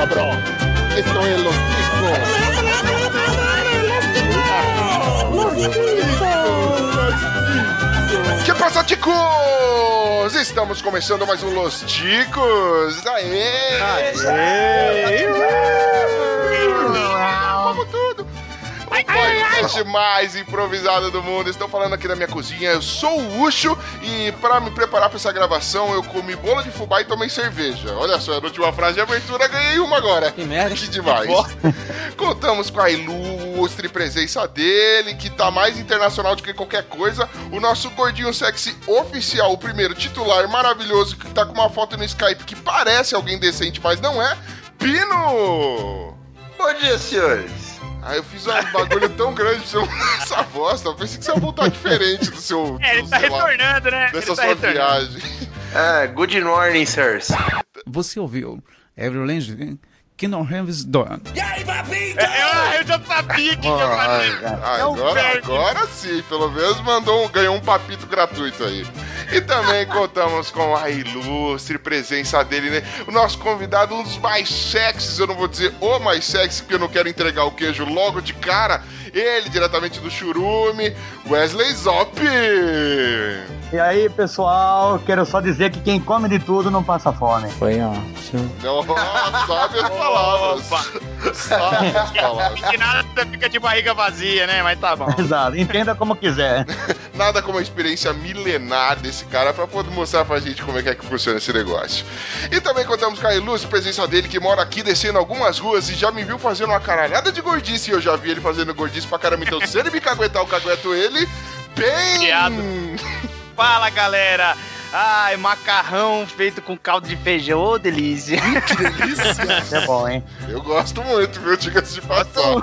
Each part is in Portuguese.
cabrón. Esto es Los Ticos. Que passa, ticos? Estamos começando mais um Los Ticos. Aê! Como tudo. O podcast mais improvisado do mundo. Estou falando aqui da minha cozinha. Eu sou o Ucho e para me preparar para essa gravação eu comi bolo de fubá e tomei cerveja. Olha só, na última frase de abertura ganhei uma agora. Que merda. Que demais. Contamos com a ilustre presença dele, que tá mais internacional do que qualquer coisa. O nosso gordinho sexy oficial, o primeiro titular maravilhoso, que tá com uma foto no Skype que parece alguém decente, mas não é. Pino! Bom dia, senhores. Ah, eu fiz um bagulho tão grande pra você mudar essa voz, eu pensei que você ia voltar diferente do seu... Ele tá retornando, né? Dessa sua viagem. Good morning, sirs. Você ouviu Every Language Kingdom Heaven's Dawn. Eu já sabia que ia fazer. Agora sim, pelo menos ganhou um papito gratuito aí. E também contamos com a ilustre presença dele, né? O nosso convidado, um dos mais sexys, eu não vou dizer o mais sexy, porque eu não quero entregar o queijo logo de cara. Ele, diretamente do Churume, Wesley Zop. E aí, pessoal, quero só dizer que quem come de tudo não passa fome. Foi ótimo. Sabe as palavras. Sabe as palavras. Que nada fica de barriga vazia, né? Mas tá bom. Exato, entenda como quiser. Nada como a experiência milenar desse cara pra poder mostrar pra gente como é que funciona esse negócio. E também contamos com a ilustre presença dele, que mora aqui descendo algumas ruas e já me viu fazendo uma caralhada de gordice, e eu já vi ele fazendo gordice pra caramba, então se ele me caguetar, eu cagueto ele bem... Fala, galera! Ai, macarrão feito com caldo de feijão, ô delícia! Que delícia! É bom, hein? Eu gosto muito, viu? Diga-se de passagem.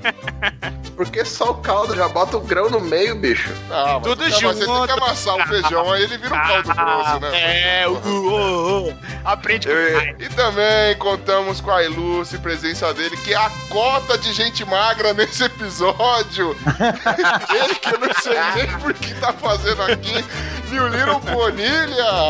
Por que só o caldo? Já bota o grão no meio, bicho. Ah, mas Tudo você junto. tem que amassar o feijão, aí ele vira um caldo grosso, né? Aprende com E também contamos com a ilustre presença dele, que é a cota de gente magra nesse episódio. Ele que eu não sei nem por que tá fazendo aqui. New Little Bonilha.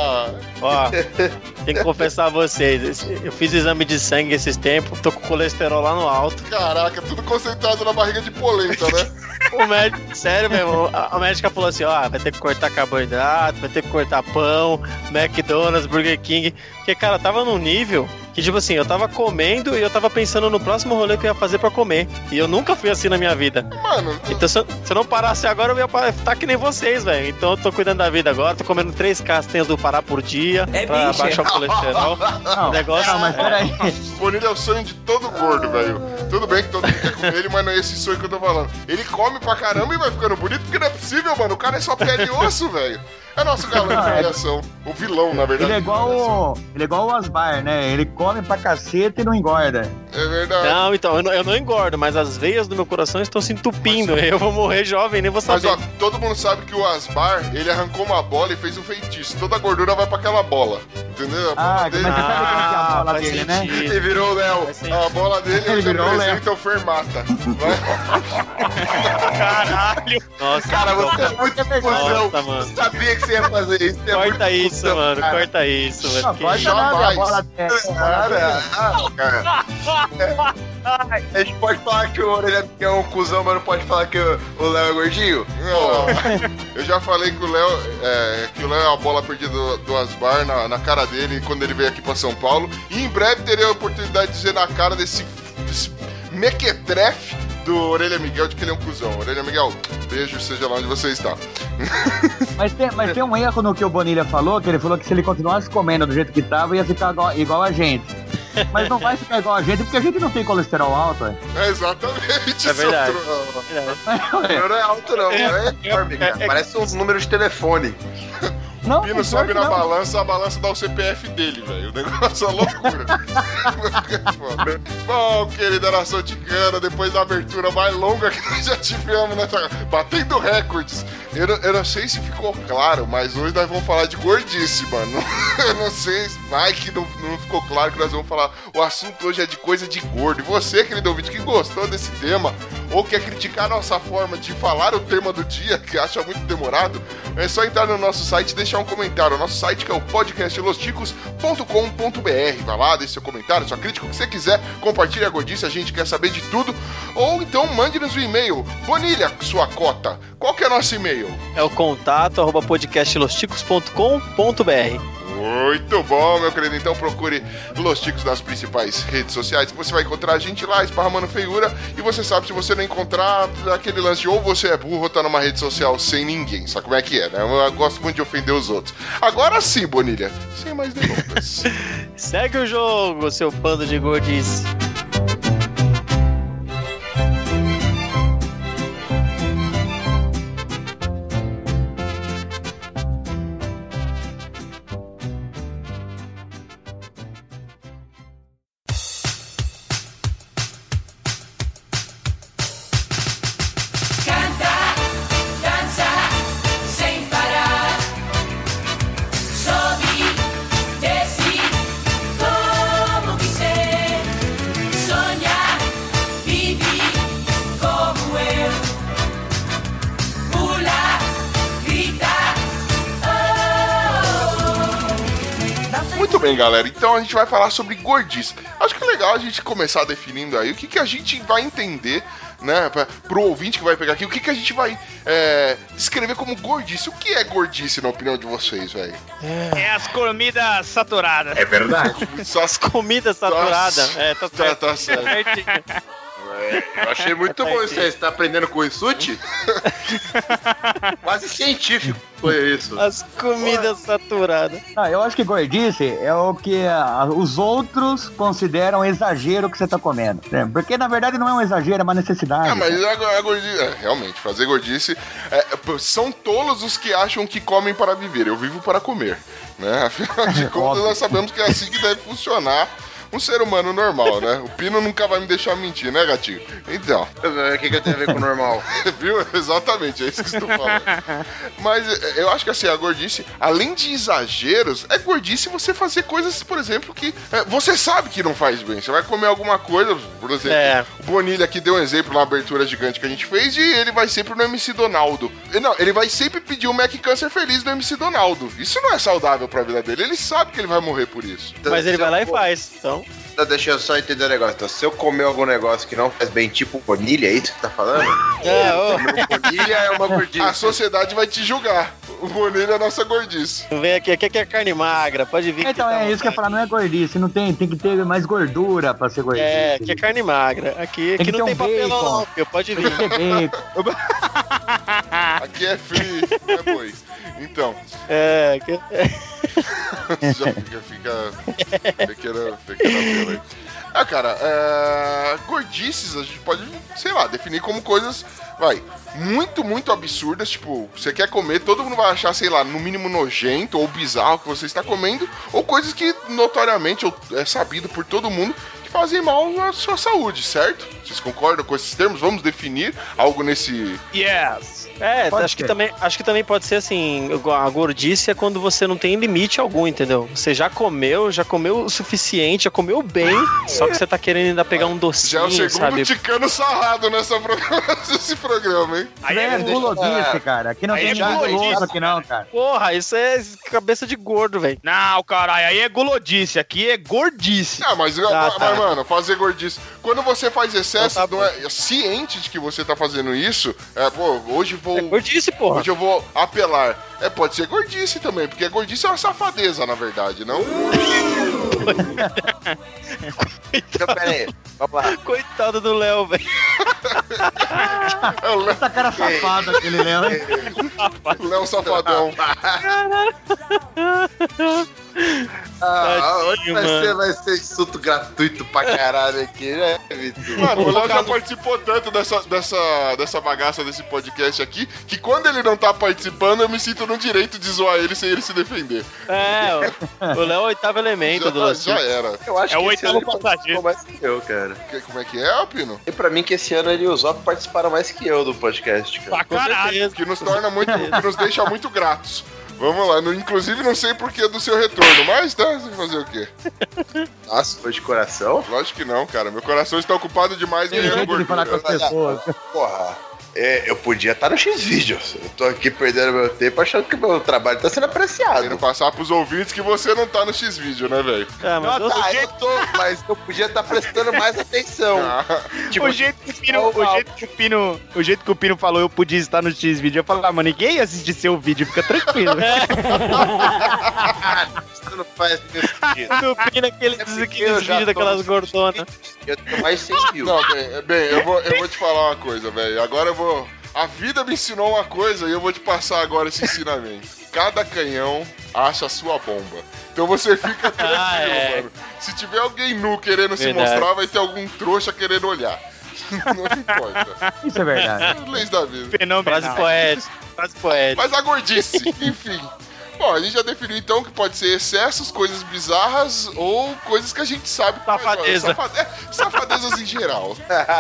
Ó, tem que confessar a vocês, eu fiz exame de sangue esses tempos, tô com colesterol lá no alto. Caraca, tudo concentrado na barriga de polenta, né? O médico, sério mesmo, a médica falou assim, ó, vai ter que cortar carboidrato, vai ter que cortar pão, McDonald's, Burger King, porque, cara, tava num nível que, tipo assim, eu tava comendo e eu tava pensando no próximo rolê que eu ia fazer pra comer, e eu nunca fui assim na minha vida. Mano... Então, se eu não parasse agora, eu ia estar que nem vocês, velho. Então, eu tô cuidando da vida agora, tô comendo 3 castanhas do Pará por dia, pra baixar o colesterol. Não, negócio, não, mas peraí. Bonilha é o sonho de todo gordo, velho. Tudo bem que todo mundo quer comer ele, mas não é esse sonho que eu tô falando. Ele come pra caramba e vai ficando bonito, porque não é possível, mano. O cara é só pele e osso, velho. É nosso galã de variação. O vilão, na verdade. Ele é igual o Asbar, né? Ele come pra cacete e não engorda. É verdade. Não, então, eu não engordo, mas as veias do meu coração estão se entupindo. Eu vou morrer jovem, nem vou saber. Mas, ó, todo mundo sabe que o Asbar, ele arrancou uma bola e fez um feitiço. Toda a gordura vai pra aquela bola. Entendeu? Mas você sabe como é que é a bola faz dele, né? sentido. Ele virou o Léo. A bola dele Ele virou o representa o Fermata. Caralho! Nossa, Cara, você é muito cuzão. Nossa, mano. Sabia que você ia fazer isso. Corta isso, mano. Corta isso, Não, mano. pode nada, a bola dele. Cara. A gente pode falar que o Orelha é um cuzão, mas não pode falar que o Léo é gordinho? Não, eu já falei que o Léo é a bola perdida do Asbar na cara dele quando ele veio aqui pra São Paulo. E em breve terei a oportunidade de dizer na cara desse mequetrefe do Orelha Miguel de que ele é um cuzão. Orelha Miguel, beijo, seja lá onde você está. Mas tem um erro no que o Bonilha falou, que ele falou que se ele continuasse comendo do jeito que tava, ia ficar igual a gente. Mas não vai ficar igual a gente, porque a gente não tem colesterol alto, velho. É exatamente. É verdade. O número não é alto, não. É enorme, cara. Parece um número de telefone. Não, O Pino sobe na não. balança, a balança dá o CPF dele, velho. O negócio é loucura. Bom, querida nação ticana, depois da abertura mais longa que nós já tivemos, né? Batendo recordes. Eu não sei se ficou claro, mas hoje nós vamos falar de gordice, mano. Eu não sei, vai que não ficou claro que nós vamos falar. O assunto hoje é de coisa de gordo. E você, querido ouvinte, que gostou desse tema, ou quer criticar a nossa forma de falar o tema do dia, que acha muito demorado, é só entrar no nosso site e deixar um comentário. O nosso site que é o podcastlosticos.com.br. Vai lá, deixe seu comentário, sua crítica, o que você quiser, compartilhe a gordice, a gente quer saber de tudo. Ou então mande-nos um e-mail. Bonilha, sua cota. Qual que é nosso e-mail? É o contato@podcastlosticos.com.br. Muito bom, meu querido. Então procure Los Ticos nas principais redes sociais, que você vai encontrar a gente lá, esparramando feiura. E você sabe, se você não encontrar, aquele lance de ou você é burro ou tá numa rede social sem ninguém. Sabe como é que é, né? Eu gosto muito de ofender os outros. Agora sim, Bonilha, sem mais delongas. Segue o jogo, seu bando de gordice. Bem, galera, então a gente vai falar sobre gordice. Acho que é legal a gente começar definindo aí o que a gente vai entender, né, pro ouvinte que vai pegar aqui, o que a gente vai descrever como gordice. O que é gordice, na opinião de vocês, velho? É as comidas saturadas. É verdade. Só as Comida saturada. Tá certo. Eu achei muito bom isso aí. Você tá aprendendo com o Issuti? Quase científico foi isso. As comidas saturadas. Não, eu acho que gordice é o que os outros consideram exagero que você tá comendo. Né? Porque na verdade não é um exagero, é uma necessidade. Mas a gordice, realmente, fazer gordice, são tolos os que acham que comem para viver. Eu vivo para comer, né? Afinal de contas, nós sabemos que é assim que deve funcionar um ser humano normal, né? O Pino nunca vai me deixar mentir, né, gatinho? Então. O que tem a ver com o normal? Viu? Exatamente, é isso que estou falando. Mas eu acho que assim, a gordice, além de exageros, é gordice você fazer coisas, por exemplo, que você sabe que não faz bem. Você vai comer alguma coisa, por exemplo, o Bonilha aqui deu um exemplo na abertura gigante que a gente fez, e ele vai sempre no MC Donaldo. Não, ele vai sempre pedir o Mac Câncer feliz no MC Donaldo. Isso não é saudável pra vida dele, ele sabe que ele vai morrer por isso. Mas ele vai lá e faz, então... Deixa eu só entender o negócio. Então, se eu comer algum negócio que não faz bem, tipo bonilha, é isso que você tá falando? Bonilha é uma gordice. A sociedade vai te julgar. O Bonilha é a nossa gordice. Vem aqui é carne magra, pode vir. Então é isso que eu ia falar, não é gordice, não tem que ter mais gordura pra ser gordice. É, que é carne magra. Aqui não tem papel não, pode vir. Aqui é free, não é boi. Então. Já fica pequena pena. Cara, gordices a gente pode, sei lá, definir como coisas, muito absurdas, tipo, você quer comer, todo mundo vai achar, sei lá, no mínimo nojento ou bizarro que você está comendo, ou coisas que notoriamente é sabido por todo mundo que fazem mal à sua saúde, certo? Vocês concordam com esses termos? Vamos definir algo nesse... Yes! Acho que também pode ser assim, a gordice é quando você não tem limite algum, entendeu? Você já comeu o suficiente, já comeu bem, só que você tá querendo ainda pegar um docinho, já é o segundo sabe? ticano sarrado nesse programa, hein? Aí é gulodice, cara. Aqui não tem ninguém guloso aqui não, cara. Porra, isso é cabeça de gordo, velho. Não, caralho, aí é gulodice, aqui é gordice. Mas, mano, fazer gordice... Quando você faz excesso, não é ciente de que você tá fazendo isso, hoje vou... É gordice, porra. Hoje eu vou apelar. Pode ser gordice também, porque gordice é uma safadeza, na verdade, não? Então, pera aí, vamos lá. Coitado do Léo, velho. Essa cara safada aquele Léo, hein? Léo Safadão. Hoje vai ser insulto gratuito pra caralho aqui, né, Vitor? Mano, o Léo já participou tanto dessa bagaça desse podcast aqui, que quando ele não tá participando, eu me sinto no direito de zoar ele sem ele se defender. O Léo é o oitavo elemento já era. Eu acho é que o oitavo passageiro. Mais que eu, cara. Como é que é, Pino? E pra mim que esse ano ele e o Zop participaram mais que eu do podcast, cara. Pra caralho. Que nos torna muito, que nos deixa muito gratos. Vamos lá. Inclusive, não sei porquê do seu retorno, mas tá, você vai fazer o quê? Nossa, foi de coração? Lógico que não, cara. Meu coração está ocupado demais Tem ganhando jeito de falar com as gordura. pessoas. Porra, eu podia estar no X-Videos. Eu tô aqui perdendo meu tempo achando que meu trabalho tá sendo apreciado. Querendo passar pros ouvintes que você não tá no X-Vídeo, né, velho? Ah, mas eu- Tá, eu tô, mas eu podia estar prestando mais atenção. Tipo, o jeito que o Pino falou, eu podia estar no X-Vídeo. Eu falei, mano, ninguém ia assistir seu vídeo, fica tranquilo. Isso não faz nenhum sentido. Do Pino, aquele vídeo daquelas gordonas. Eu tenho mais 100 mil. Não, bem, eu vou te falar uma coisa, velho. Agora eu vou... A vida me ensinou uma coisa e eu vou te passar agora esse ensinamento. Cada canhão acha a sua bomba. Então você fica tranquilo, mano. Se tiver alguém nu querendo se Verdade. mostrar, vai ter algum trouxa querendo olhar. Não importa. Isso é verdade. Leis da vida. Fenomenal. Frase poética. Frase poética. Mas a gordice, enfim. Bom, a gente já definiu então que pode ser excessos, coisas bizarras ou coisas que a gente sabe que Safadeza. Safadezas em geral.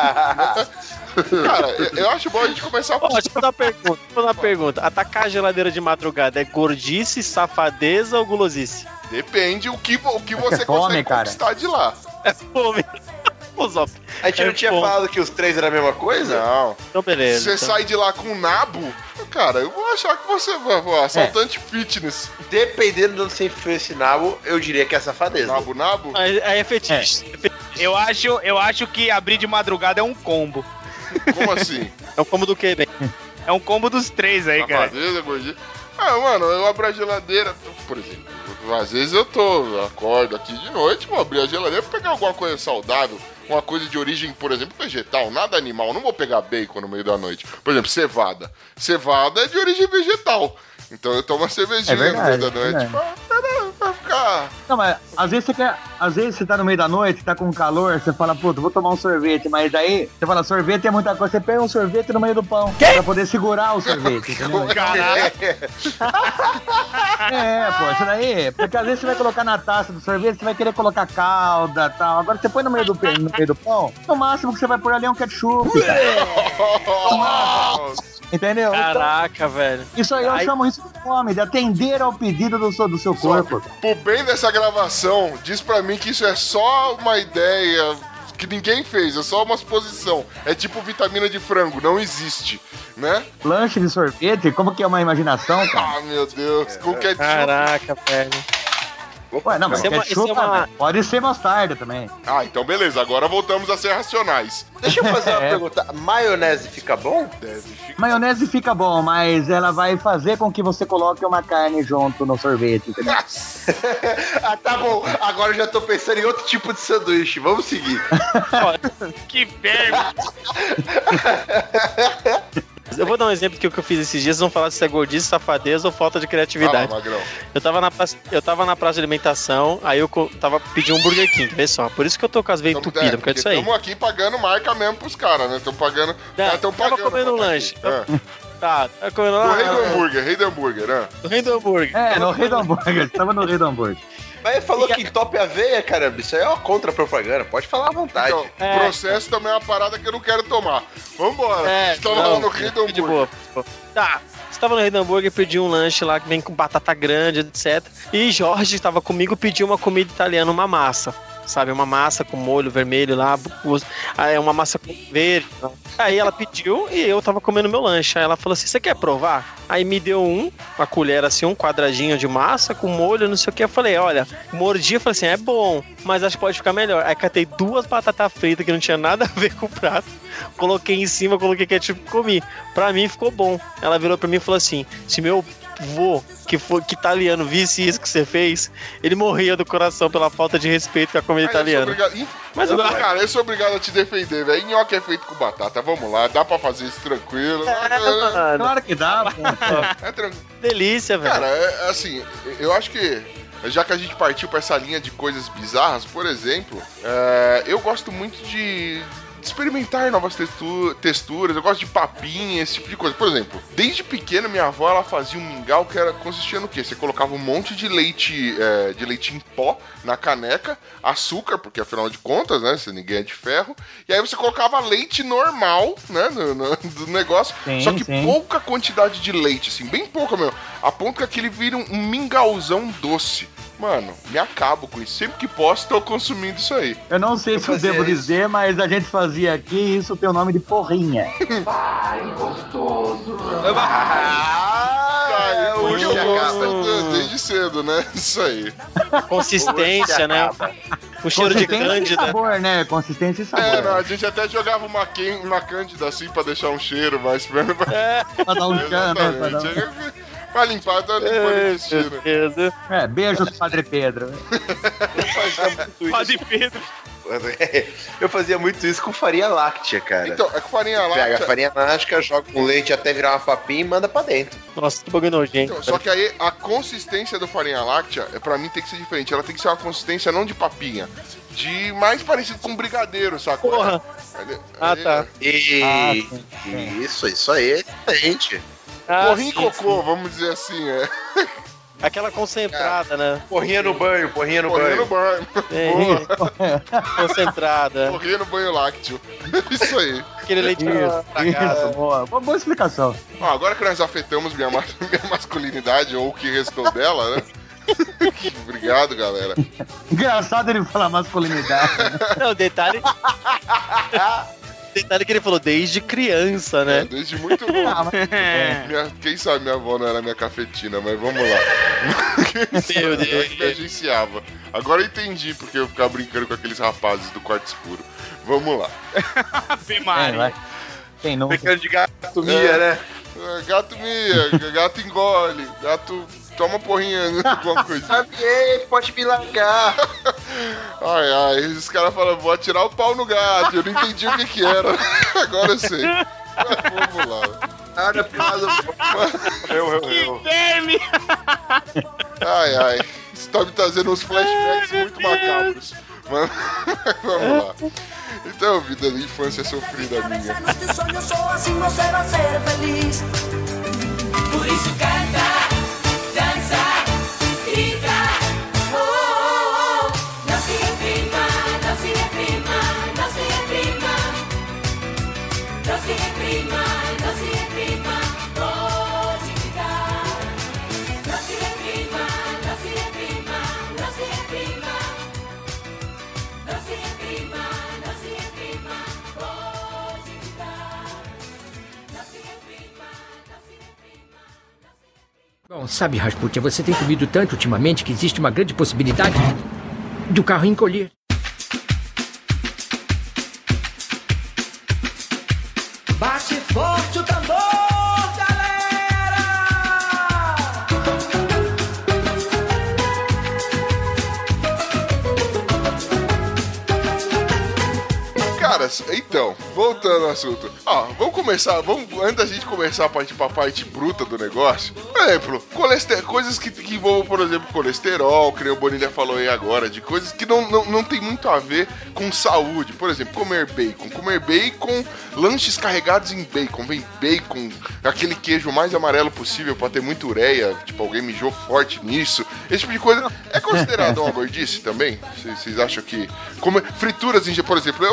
Cara, eu acho bom a gente começar Ó, deixa eu dar uma pergunta. Atacar a geladeira de madrugada é gordice, safadeza ou gulosice? Depende o que você Fome, consegue cara. conquistar de lá. É fome. Ô, Zop. A gente não tinha bom. falado que os três eram a mesma coisa? Não. Então, beleza. Se você então. sai de lá com um nabo, cara, eu vou achar que você vai assaltante fitness. Dependendo de onde você enfiou esse nabo, eu diria que é safadeza. Nabo? Aí é fetiche. Eu acho que abrir de madrugada é um combo. Como assim? É o combo do quê, bem? É um combo dos três aí, cara. Safadeza, gordinha. Ah, mano, eu abro a geladeira, por exemplo. Às vezes eu acordo aqui de noite, vou abrir a geladeira pra pegar alguma coisa saudável. Uma coisa de origem, por exemplo, vegetal, nada animal. Não vou pegar bacon no meio da noite. Por exemplo, cevada. Cevada é de origem vegetal. Então eu tomo uma cervejinha É verdade, no meio da é noite pra ficar... Não, mas às vezes você tá no meio da noite, tá com calor, você fala, puta, vou tomar um sorvete, mas aí você fala, sorvete é muita coisa, você pega um sorvete no meio do pão, pra poder segurar o sorvete, entendeu? Pô, isso daí, porque às vezes você vai colocar na taça do sorvete, você vai querer colocar calda e tal, agora você põe no meio do pão, no máximo que você vai pôr ali é um ketchup, entendeu? Caraca, velho. Isso aí eu chamo isso de fome, de atender ao pedido do seu corpo. Por bem dessa gravação, diz pra mim que isso é só uma ideia que ninguém fez, é só uma suposição. É tipo vitamina de frango, não existe, né? Lanche de sorvete, como que é uma imaginação, cara? Ah, meu Deus, com ketchup. Caraca, velho. Ué, não, mas Isso é uma- ketchup isso é uma- pode ser mostarda também. Ah, então beleza, agora voltamos a ser racionais. Deixa eu fazer uma pergunta. Maionese fica bom? Deve ficar... Maionese fica bom, mas ela vai fazer com que você coloque uma carne junto no sorvete, entendeu? Ah, tá bom. Agora eu já tô pensando em outro tipo de sanduíche. Vamos seguir. Que merda. Eu vou dar um exemplo que o que eu fiz esses dias, vocês vão falar se é gordice, safadeza ou falta de criatividade. Fala, Magrão. Eu tava na praça de alimentação, aí eu tava pedindo um Burger King, vê só. Por isso que eu tô com as veias entupidas, por causa disso aí. Estamos aqui pagando marca mesmo pros caras, né? Estamos pagando. Estão Tava pagando. comendo um pra tá lanche. aqui. Tá comendo O rei do lá. hambúrguer, né? Do rei do hambúrguer. É, no rei do hambúrguer, tava no rei do hambúrguer. Mas ele falou que entope a veia, caramba. Isso aí é uma contra-propaganda. Pode falar à vontade. Então, É. processo também é uma parada que eu não quero tomar. Vambora. Estamos lá no rei do de hambúrguer. boa. Tá, você tava no rei do hambúrguer, pedi um lanche lá que vem com batata grande, etc. E Jorge tava comigo, pediu uma comida italiana, uma massa. Sabe, uma massa com molho vermelho lá, é uma massa com verde. Aí ela pediu e eu tava comendo meu lanche. Aí ela falou assim: você quer provar? Aí me deu uma colher assim, um quadradinho de massa com molho, não sei o que. Eu falei: olha, mordi, eu falei assim: é bom, mas acho que pode ficar melhor. Aí catei 2 batatas fritas que não tinha nada a ver com o prato, coloquei em cima, coloquei ketchup e comi. Pra mim ficou bom. Ela virou pra mim e falou assim: se meu vô, que italiano, visse isso que você fez, ele morria do coração pela falta de respeito com a comida italiana. Mas Cara, eu sou obrigado a te defender, velho. Nhoque é feito com batata. Vamos lá, dá pra fazer isso tranquilo. mano, Claro que dá, pô. É tranquilo. delícia, velho. Cara, assim, eu acho que, já que a gente partiu pra essa linha de coisas bizarras, por exemplo, eu gosto muito de experimentar novas texturas, eu gosto de papinha, esse tipo de coisa. Por exemplo, desde pequeno, minha avó, ela fazia um mingau que consistia no quê? Você colocava um monte de leite em pó na caneca, açúcar, porque afinal de contas, né, ninguém é de ferro, e aí você colocava leite normal, né, do negócio, só que pouca quantidade de leite, assim, bem pouca mesmo, a ponto que aquele vira um mingauzão doce. Mano, me acabo com isso. Sempre que posso, tô consumindo isso aí. Eu não sei se eu devo dizer, mas a gente fazia aqui e isso tem o nome de porrinha. Ai, gostoso. Eu gosto desde cedo, né? Isso aí. Consistência, né? O cheiro de cândida. Sabor, né? Consistência e sabor. Não, a gente até jogava uma cândida assim pra deixar um cheiro mais... Pra dar um chão, né? Pra limpar, tá limpando o intestino. Beijo pro Padre Pedro. Padre Pedro. Eu fazia muito isso com farinha láctea, cara. Então, é com farinha láctea. Pega a farinha láctea, joga com leite até virar uma papinha e manda pra dentro. Nossa, que bagulho nojento. Então, só que aí a consistência do farinha láctea, pra mim, tem que ser diferente. Ela tem que ser uma consistência não de papinha, de mais parecido com brigadeiro, saca? Porra. Tá. Isso aí é diferente. Porrinho e cocô, vamos dizer assim, Aquela concentrada, né? Porrinha no banho. Porrinha no banho. Concentrada. Porrinha no banho lácteo. Isso aí. Aquele leite Isso, boa explicação. Agora que nós afetamos minha masculinidade, ou o que restou dela, né? Obrigado, galera. Engraçado ele falar masculinidade. Não, detalhe que ele falou desde criança, né? Desde muito novo. Quem sabe minha avó não era minha cafetina, mas vamos lá. Meu Deus. Eu que me agenciava. Agora eu entendi porque eu ficava brincando com aqueles rapazes do quarto escuro. Vamos lá. Quem não? Brincando de gato mia, né? Gato mia, gato engole, gato... Toma porrinha, alguma coisa. Sabe, pode me largar. Ai, os caras falam, vou atirar o pau no gato. Eu não entendi o que era. Agora eu sei. Mas vamos lá. Nada piada. Que verme! Ai. Isso tá me trazendo uns flashbacks muito macabros. Mas vamos lá. Então, vida de infância sofrida minha. Por isso canta. Bom, sabe, Rasputia, você tem comido tanto ultimamente que existe uma grande possibilidade do carro encolher. Bate forte o tambor, galera! Caras, então, voltando ao assunto. Antes da gente começar a partir pra parte bruta do negócio, por exemplo, coisas que envolvam, por exemplo, colesterol, que nem o Bonilha falou aí agora, de coisas que não tem muito a ver com saúde. Por exemplo, comer bacon, lanches carregados em bacon, vem bacon, aquele queijo mais amarelo possível pra ter muita ureia, tipo, alguém mijou forte nisso, esse tipo de coisa, é considerado uma gordice também? Vocês acham que... frituras, por exemplo,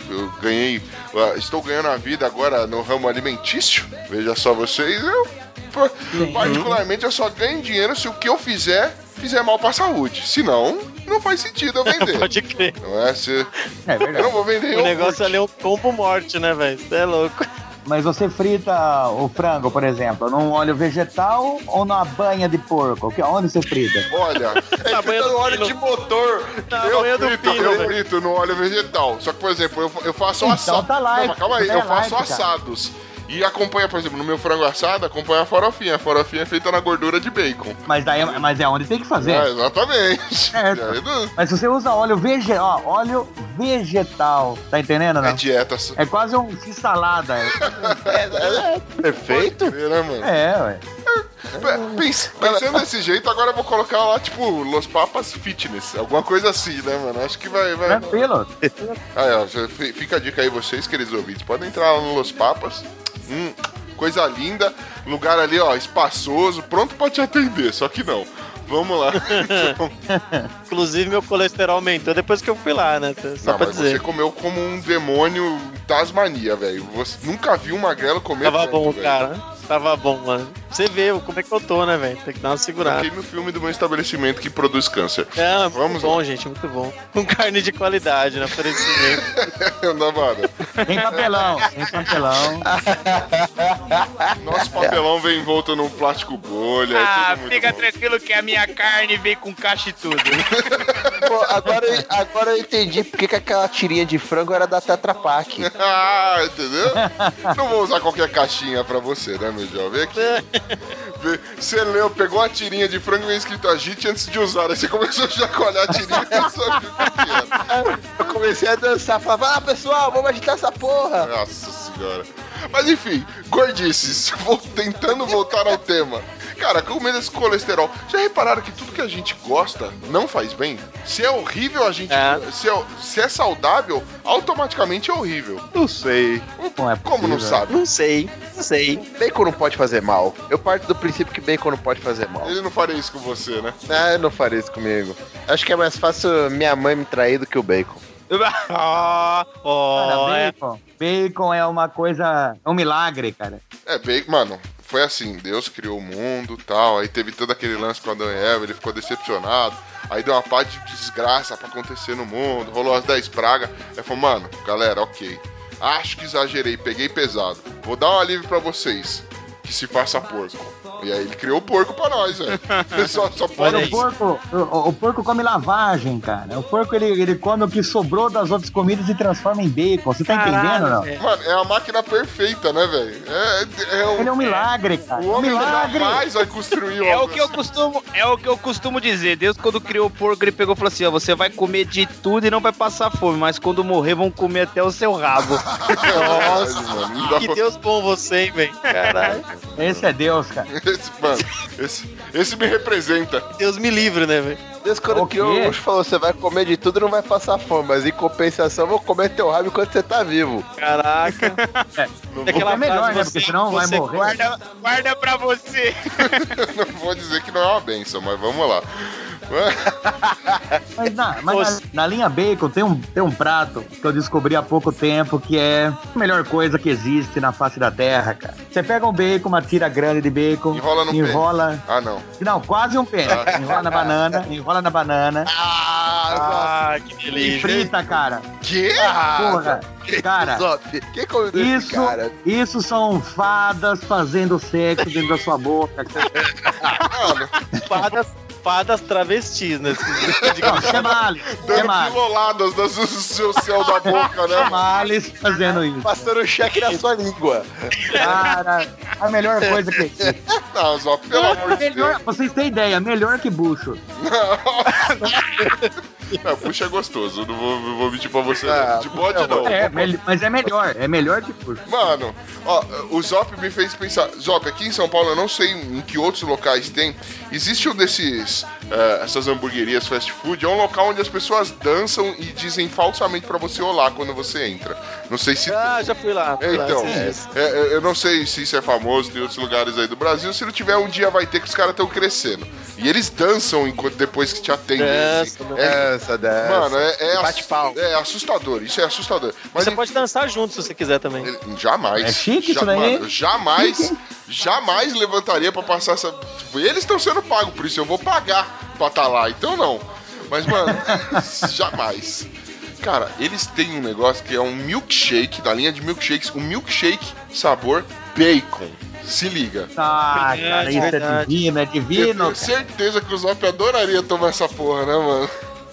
estou ganhando a vida agora no ramo alimentício, veja só vocês, particularmente eu só ganho dinheiro se o que eu fizer mal pra saúde, senão não faz sentido eu vender. Pode crer. Não é? É verdade. Eu não vou vender o negócio ali é um combo morte, né, velho? Você é louco. Mas você frita o frango, por exemplo, num óleo vegetal ou numa banha de porco? Onde você frita? Olha, Na banha do óleo de motor. eu frito no óleo vegetal. Só que, por exemplo, eu faço assado. Tá light, não, mas calma aí, é eu faço light, assados. E acompanha, por exemplo, no meu frango assado, acompanha a farofinha. A farofinha é feita na gordura de bacon. Mas é onde tem que fazer. Exatamente. Certo. Aí não- Mas se você usa óleo vegetal, tá entendendo, É não? dieta. É quase um salada. Perfeito. Né, mano? Ué. Pensando desse jeito, agora eu vou colocar lá, tipo, Los Papas Fitness. Alguma coisa assim, né, mano? Acho que vai. Tranquilo. Aí, ó, já fica a dica aí, vocês, queridos ouvintes. Podem entrar lá no Los Papas. Coisa linda. Lugar ali, ó, espaçoso, pronto pra te atender. Só que não. Vamos lá. Então, Inclusive, meu colesterol aumentou depois que eu fui lá, né? Só não, pra mas dizer. você comeu como um demônio Tasmania, velho. Você nunca viu um magrelo comer Tava tanto, bom, velho. cara. Tava bom, mano. Você vê como é que eu tô, né, velho? Tem que dar uma segurada. Fiquei no filme do meu estabelecimento que produz câncer. É, Vamos muito bom, lá. gente, muito bom. Com carne de qualidade no oferecimento. Não, mano. Tem papelão. Nosso papelão vem envolto num plástico bolha. é tudo muito bom. tranquilo que a minha carne veio com caixa e tudo. Pô, agora eu entendi porque que aquela tirinha de frango era da Tetra Pak. Ah, entendeu? Não vou usar qualquer caixinha pra você, né, meu jovem? Aqui. Você leu, pegou a tirinha de frango e veio escrito agite antes de usar. Aí você começou a chacoalhar a tirinha e só viu o que era. Eu comecei a dançar, falava, pessoal, vamos agitar essa porra. Nossa senhora. Mas enfim, gordices. Tentando voltar ao tema. Cara, comer esse colesterol. Já repararam que tudo que a gente gosta não faz bem? Se é horrível, a gente. Se é saudável, automaticamente é horrível. Não sei. Não é Como não possível. sabe? Não sei. Bacon não pode fazer mal. Eu parto do princípio que bacon não pode fazer mal. Ele não faria isso com você, né? Ah, eu não faria isso comigo. Acho que é mais fácil minha mãe me trair do que o bacon. Cara, bacon é uma coisa. É um milagre, cara. É, bacon, mano. Foi assim, Deus criou o mundo e tal, aí teve todo aquele lance com Adão e Eva, ele ficou decepcionado, aí deu uma parte de desgraça pra acontecer no mundo, rolou as 10 pragas, aí falou, mano, galera, ok, acho que exagerei, peguei pesado, vou dar um alívio pra vocês, que se faça porco. E aí ele criou o porco pra nós, velho. Só pode... O porco come lavagem, cara. O porco, ele come o que sobrou das outras comidas e transforma em bacon. Você tá entendendo, não? Mano, é a máquina perfeita, né, velho? Ele é um milagre, cara. O homem milagre. jamais vai construir É algo o que eu costumo dizer. Deus, quando criou o porco, ele pegou e falou assim: ó, você vai comer de tudo e não vai passar fome, mas quando morrer, vão comer até o seu rabo. Nossa, mano, não dá Que pra- Deus bom você, hein, velho? Caralho. Esse é Deus, cara. Esse me representa. Deus me livre, né, velho? Deus, quando O quê? criou o Ucho, falou, você vai comer de tudo e não vai passar fome, mas em compensação eu vou comer teu rabo enquanto você tá vivo. Caraca. É melhor, né? Porque senão vai morrer. Guarda pra você. Não vou dizer que não é uma benção, mas vamos lá. Mas na linha bacon tem um prato que eu descobri há pouco tempo que é a melhor coisa que existe na face da terra, cara. Você pega um bacon, uma tira grande de bacon, Enrola no enrola. Ah, não. Não, quase um pênis. Enrola na banana Ah, que e delícia. frita, cara. Que? Porra, cara. Zop, quem convidou esse cara? Isso são fadas fazendo sexo dentro da sua boca. Mano, Fadas travestis, né? Chamales, dando piloladas do seu céu da boca, né? Chamales fazendo isso. Passando cheque na sua língua. Cara, a melhor coisa que existe. Não, só pelo amor de Deus. Melhor, vocês têm ideia, melhor que bucho. Puxa é gostoso, eu não vou mentir pra você. Ah, De bode não. Mas é melhor que bucho. Mano, ó, o Zop me fez pensar. Zop, aqui em São Paulo, eu não sei em que outros locais tem. Existe um desses, essas hamburguerias fast food, é um local onde as pessoas dançam e dizem falsamente pra você olá quando você entra. Não sei se... Ah, já fui lá. Então, sim. eu não sei se isso é famoso em outros lugares aí do Brasil. Se não tiver, um dia vai ter que os caras estão crescendo. E eles dançam depois que te atendem. assim. Essa. Mano, Bate pau. é assustador. Isso é assustador. Mas Você pode dançar junto se você quiser também. jamais. É chique isso daí, Mano, hein? eu jamais levantaria pra passar essa... Tipo, eles estão sendo pagos, por isso eu vou pagar pra estar lá. Então não. Mas, mano, jamais. Cara, eles têm um negócio que é um milkshake, da linha de milkshakes, um milkshake sabor bacon. Se liga. Ah, cara, isso verdade. é divino, Eu tenho cara. certeza que o Zop adoraria tomar essa porra, né, mano?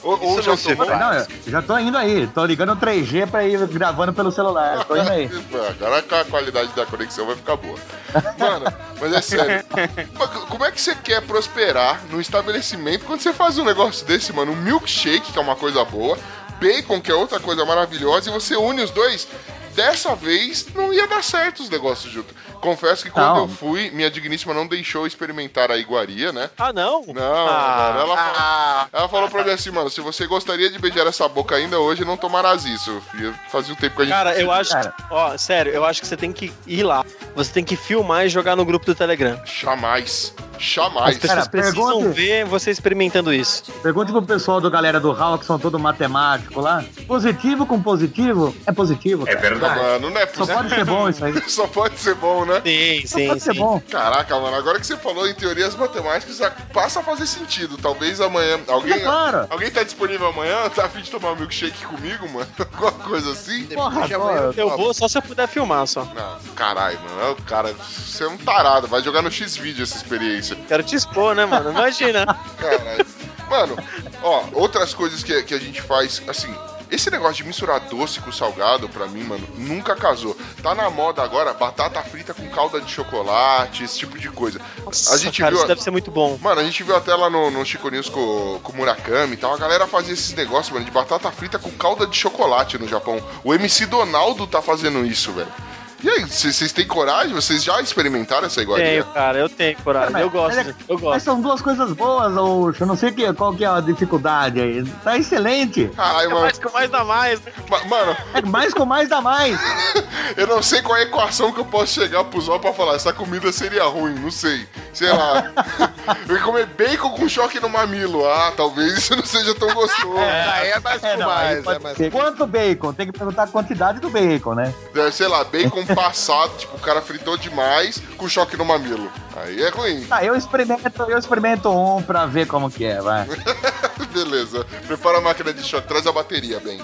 Ou já tomou? Não, eu já tô indo aí. Tô ligando o 3G pra ir gravando pelo celular. Tô indo aí. Agora a qualidade da conexão vai ficar boa. Mano, mas é sério. Como é que você quer prosperar no estabelecimento quando você faz um negócio desse, mano? Um milkshake, que é uma coisa boa, bacon, que é outra coisa maravilhosa, e você une os dois? Dessa vez não ia dar certo os negócios junto. Confesso que quando eu fui, minha digníssima não deixou experimentar a iguaria, né? Ah, não? Não, mano, ela falou pra mim assim, mano, se você gostaria de beijar essa boca ainda hoje, não tomarás isso. Fazia um tempo que a gente... Cara, eu acho... Ó, sério, eu acho que você tem que ir lá. Você tem que filmar e jogar no grupo do Telegram. Jamais. As pessoas precisam ver você experimentando isso. Pergunte pro pessoal do galera do Hall, que são todos matemáticos lá. Positivo com positivo é positivo, cara. É verdade. Mano, não é possível. Só pode ser bom isso aí. Só pode ser bom, né? Sim. Pode ser bom. Caraca, mano, agora que você falou em teorias matemáticas, passa a fazer sentido. Talvez amanhã... Alguém tá disponível amanhã? Tá a fim de tomar um milkshake comigo, mano? Alguma coisa assim? Porra, eu vou só se eu puder filmar, só. Não, caralho, mano. Cara, você é um tarado. Vai jogar no X-Video essa experiência. Quero te expor, né, mano? Imagina. Caralho. Mano, ó, outras coisas que a gente faz, assim... Esse negócio de misturar doce com salgado, pra mim, mano, nunca casou. Tá na moda agora, batata frita com calda de chocolate, esse tipo de coisa. Nossa, a gente viu, isso deve ser muito bom. Mano, a gente viu até lá no Chico News com o Murakami e tal, a galera fazia esses negócios, mano, de batata frita com calda de chocolate no Japão. O MC Donaldo tá fazendo isso, velho. E aí, vocês têm coragem? Vocês já experimentaram essa iguaria? Tenho, cara, eu tenho coragem. Eu gosto. Mas são duas coisas boas, Oxo. Eu não sei qual que é a dificuldade aí. Tá excelente. Ai, mano. Mais com mais dá mais. Mano. É mais com mais dá mais. Eu não sei qual é a equação que eu posso chegar pro Zó pra falar. Essa comida seria ruim, não sei. Sei lá. Eu ia comer bacon com choque no mamilo. Ah, talvez isso não seja tão gostoso. Aí é mais com mais. Quanto bacon? Tem que perguntar a quantidade do bacon, né? Sei lá, bacon passado, tipo, o cara fritou demais com choque no mamilo. Aí é ruim. Tá, eu experimento um pra ver como que é, vai. Beleza. Prepara a máquina de choque, traz a bateria, bem.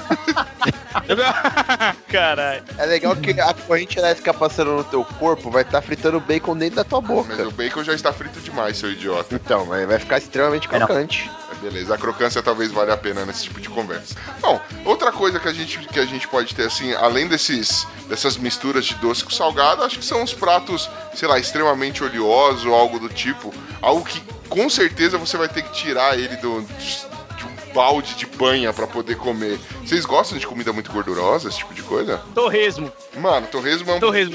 Caralho. É legal que a corrente elétrica passando no teu corpo vai estar fritando bacon dentro da tua boca. Mas o bacon já está frito demais, seu idiota. Então, vai ficar extremamente crocante. Beleza, a crocância talvez valha a pena nesse tipo de conversa. Bom, outra coisa que a gente pode ter, assim, além dessas misturas de doce com salgado, acho que são os pratos, sei lá, extremamente oleosos ou algo do tipo. Algo que, com certeza, você vai ter que tirar ele de um balde de banha pra poder comer. Vocês gostam de comida muito gordurosa, esse tipo de coisa? Torresmo. Mano, torresmo é um... Torresmo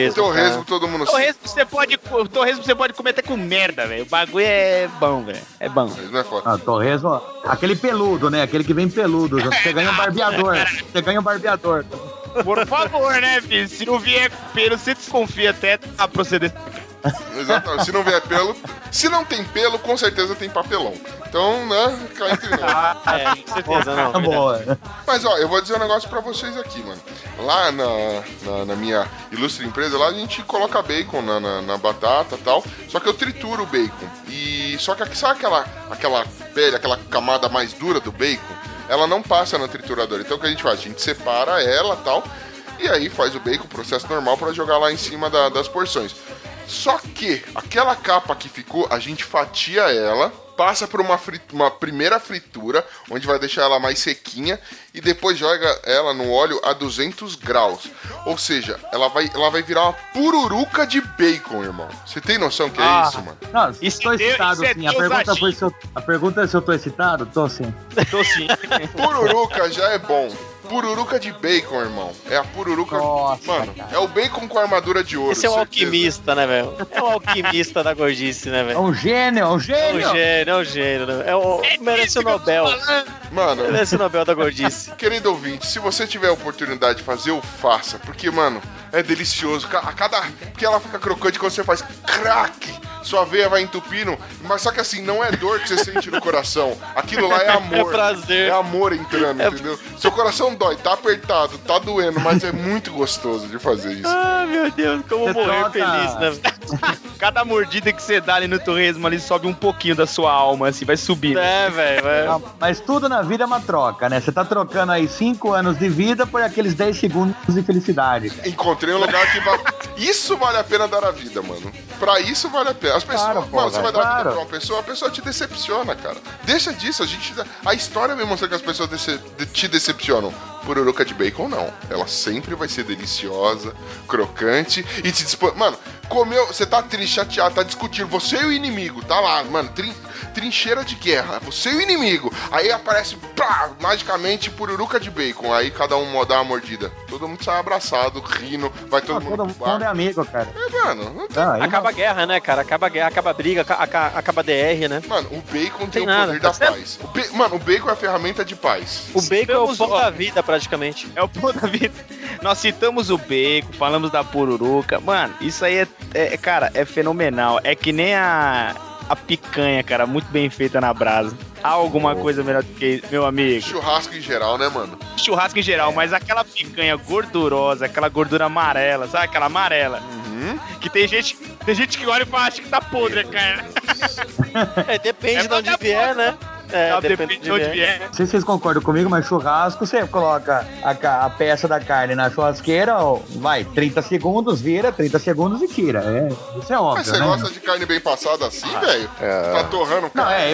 todo mundo... Torresmo você pode comer até com merda, velho. O bagulho é bom, velho. É bom. Torresmo é foda. Torresmo, aquele peludo, né? Aquele que vem peludo. Você ganha um barbeador. Você ganha um barbeador. Por favor, né, filho? Se não vier pelo, você desconfia até a procedência. Exatamente. Se não vier pelo... Se não tem pelo, com certeza tem papelão. Então, né, cá entre nós. Com certeza, não. Tá boa. Mas, ó, eu vou dizer um negócio pra vocês aqui, mano. Lá na minha ilustre empresa, lá a gente coloca bacon na batata e tal. Só que eu trituro o bacon. Só que sabe aquela pele, aquela camada mais dura do bacon? Ela não passa na trituradora. Então o que a gente faz? A gente separa ela e tal. E aí faz o bacon, processo normal, pra jogar lá em cima das porções. Só que aquela capa que ficou, a gente fatia ela, passa por uma primeira fritura, onde vai deixar ela mais sequinha, e depois joga ela no óleo a 200 graus. Ou seja, ela vai virar uma pururuca de bacon, irmão. Você tem noção que é isso, mano? Não, estou excitado, sim. A pergunta é se eu tô excitado? Tô sim. Tô sim. Pururuca já é bom. Pururuca de bacon, irmão. É a pururuca... Nossa, mano, cara. é o bacon com armadura de ouro. Esse é um certeza. alquimista, né, velho? É um alquimista da gordice, né, velho? É um gênio. É um gênio, né? Merece o Nobel. Mano, Merece o Nobel da gordice. querido ouvinte, se você tiver a oportunidade de fazer, o faça. Porque, mano, é delicioso. Porque ela fica crocante quando você faz crack. Sua veia vai entupindo. Mas só que assim, não é dor que você sente no coração. Aquilo lá é amor. É prazer. É amor entrando, entendeu? Seu coração dói, tá apertado, tá doendo, mas é muito gostoso de fazer isso. Ah, meu Deus, como Você morrer troca- feliz, né? Cada mordida que você dá ali no torresmo, ali sobe um pouquinho da sua alma, assim, vai subindo. Velho. Não, mas tudo na vida é uma troca, né? Você tá trocando aí 5 anos de vida por aqueles 10 segundos de felicidade. Encontrei um lugar que isso vale a pena dar a vida, mano. Pra isso vale a pena. As pessoas, Claro, pô, mano, você vai dar a vida claro. pra uma pessoa, a pessoa te decepciona, cara. Deixa disso, a história me mostra que as pessoas te decepcionam. Pururuca de bacon, não. Ela sempre vai ser deliciosa, crocante e te dispõe. Mano, comeu, você tá triste, chateado, tá discutindo, você e o inimigo, tá lá, mano, trincheira de guerra, você e o inimigo. Aí aparece, pá, magicamente, pururuca de bacon. Aí cada um dá uma mordida. Todo mundo sai abraçado, rindo, vai todo mundo. Todo mundo é amigo, cara. Mano, não tem. Acaba a guerra, né, cara? Acaba a guerra, acaba a briga, acaba a DR, né? Mano, o bacon tem o nada, poder tá da paz. Mano, o bacon é a ferramenta de paz. O bacon é o pão da vida, praticamente. É o pão da vida. Nós citamos o bacon, falamos da pururuca. Mano, isso aí cara, é fenomenal. É que nem a picanha, cara, muito bem feita na brasa. Há alguma coisa melhor do que meu amigo? Churrasco em geral, né, mano? Churrasco em geral, mas aquela picanha gordurosa, aquela gordura amarela, sabe aquela amarela? Que tem gente que olha e fala, acha que tá podre, cara. Depende de onde vier, né? Depende de onde vier. Não sei se vocês concordam comigo, mas churrasco, você coloca a peça da carne na churrasqueira, ó, vai, 30 segundos, vira, 30 segundos e tira. Isso é óbvio, Mas você né? gosta de carne bem passada assim, velho? Tá torrando, Não, cara?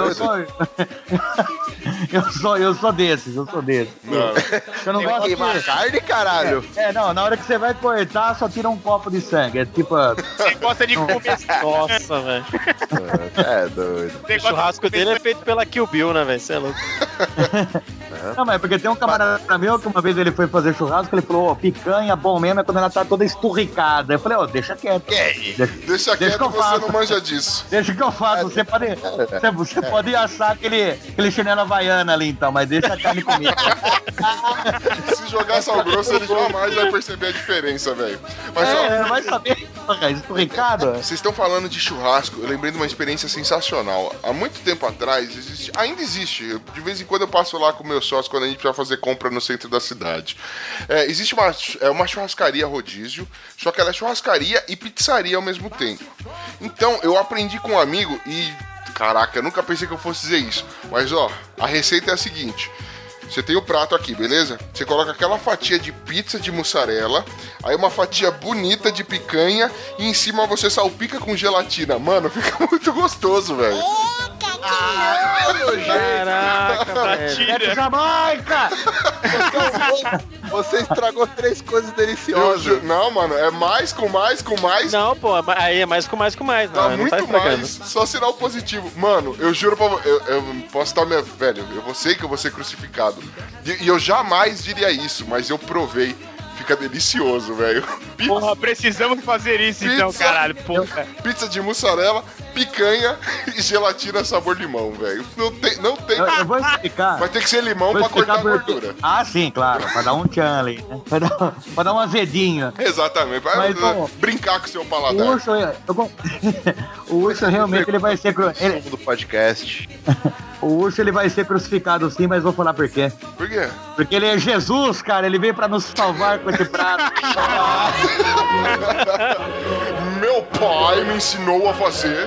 eu sou desses. Eu não gosto de Queimar carne, caralho. Não, na hora que você vai cortar, só tira um copo de sangue. É tipo. Você gosta de comer. Nossa, velho. É doido. O churrasco dele é feito pela Kill Bill, né, velho? Você é louco. Não, mas porque tem um camarada meu que uma vez ele foi fazer churrasco, ele falou, ó, picanha bom mesmo é quando ela tá toda esturricada. Eu falei, ó, deixa quieto. Deixa quieto, que eu você faço. não manja disso. Deixa que eu faço. Você pode assar aquele chinelo havaiana ali, então, mas deixa a carne comigo. Se jogar sal grosso, ele jamais vai perceber a diferença, velho. Mas, ó, Não vai saber. Esturricado? vocês estão falando de churrasco, eu lembrei de uma experiência sensacional. Há muito tempo atrás, ainda existe, de vez em quando eu passo lá com meus sócios quando a gente precisa fazer compra no centro da cidade. Existe uma churrascaria rodízio, só que ela é churrascaria e pizzaria ao mesmo tempo. Então, eu aprendi com um amigo e, caraca, eu nunca pensei que eu fosse dizer isso. Mas, ó, a receita é a seguinte. Você tem o prato aqui, beleza? Você coloca aquela fatia de pizza de mussarela, aí uma fatia bonita de picanha e em cima você salpica com gelatina. Mano, fica muito gostoso, velho. Caraca, velho. Jamaica! Você estragou 3 coisas deliciosas. Não, mano, é mais com mais com mais. Não, pô, aí é mais com mais com mais. Tá Não, muito não tá estragando. mais, só sinal positivo. Mano, eu juro pra você, eu posso estar minha. Velho, eu sei que eu vou ser crucificado. E eu jamais diria isso, mas eu provei. Fica delicioso, velho. Porra, precisamos fazer isso então, caralho. Porra. Pizza de mussarela, picanha e gelatina sabor limão, velho. Não tem. Eu vou explicar. Vai ter que ser limão pra cortar a gordura. Ah, sim, claro. Pra dar um tchan ali. Né? Pra dar um azedinho. Exatamente. Pra Mas, bom, brincar com o seu O paladar. urso, o urso realmente ele vai ser Do podcast. o urso ele vai ser crucificado sim, mas vou falar por quê. Por quê? Porque ele é Jesus, cara, ele veio pra nos salvar com esse prato. Meu pai me ensinou a fazer.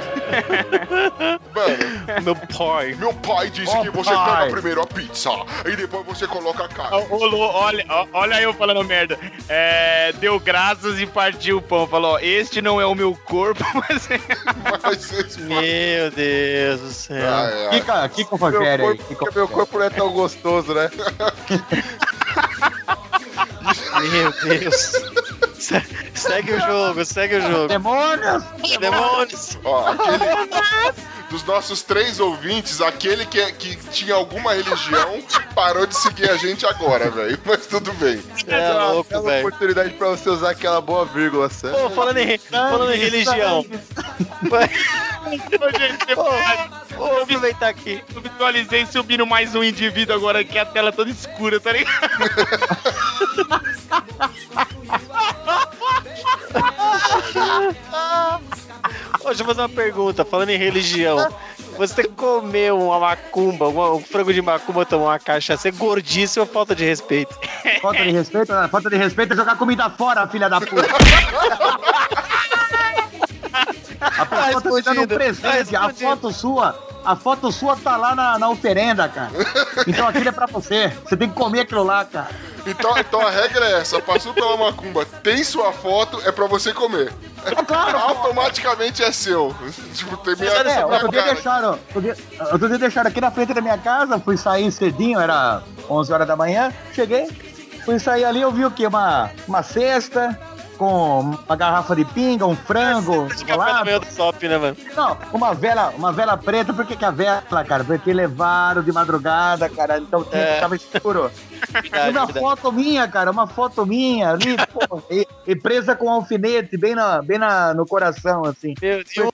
Mano, meu pai disse que você pai. pega primeiro a pizza e depois você coloca a carne. Olha eu falando merda. Deu graças e partiu o pão. Falou, ó, este não é o meu corpo, mas é... Mas esse Meu Deus do céu. Que confere aí. Meu corpo não é tão gostoso, né? Meu Deus. Segue o jogo. Demônios! Demônios. Ó, dos nossos 3 ouvintes, aquele que tinha alguma religião parou de seguir a gente agora, velho. Mas tudo bem. É louco, Aquela velho. oportunidade pra você usar aquela boa vírgula, Sam. Pô, falando em religião. Vou aproveitar aqui. Eu visualizei subindo mais um indivíduo agora que a tela toda escura, tá ligado? Deixa eu fazer uma pergunta, falando em religião. Você comeu uma macumba, um frango de macumba, tomar uma cachaça, é gordíssimo ou falta de respeito? Falta de respeito? Falta de respeito é jogar comida fora, filha da puta. A pessoa tá te dando um presente, a foto sua tá lá na oferenda, cara. Então aquilo é pra você. Você tem que comer aquilo lá, cara. Então a regra é essa, passou pela macumba, tem sua foto, é pra você comer. Claro, automaticamente é seu. Tipo, tem minha outro dia deixaram aqui na frente da minha casa, fui sair cedinho, era 11 horas da manhã, cheguei, fui sair ali, eu vi o quê? Uma cesta com uma garrafa de pinga, um frango. Né, mano? Não, uma vela preta, por que a vela, cara? Porque levaram de madrugada, cara, então tava escuro. E uma foto minha, cara, ali, pô, e presa com um alfinete bem no coração, assim. Meu Deus,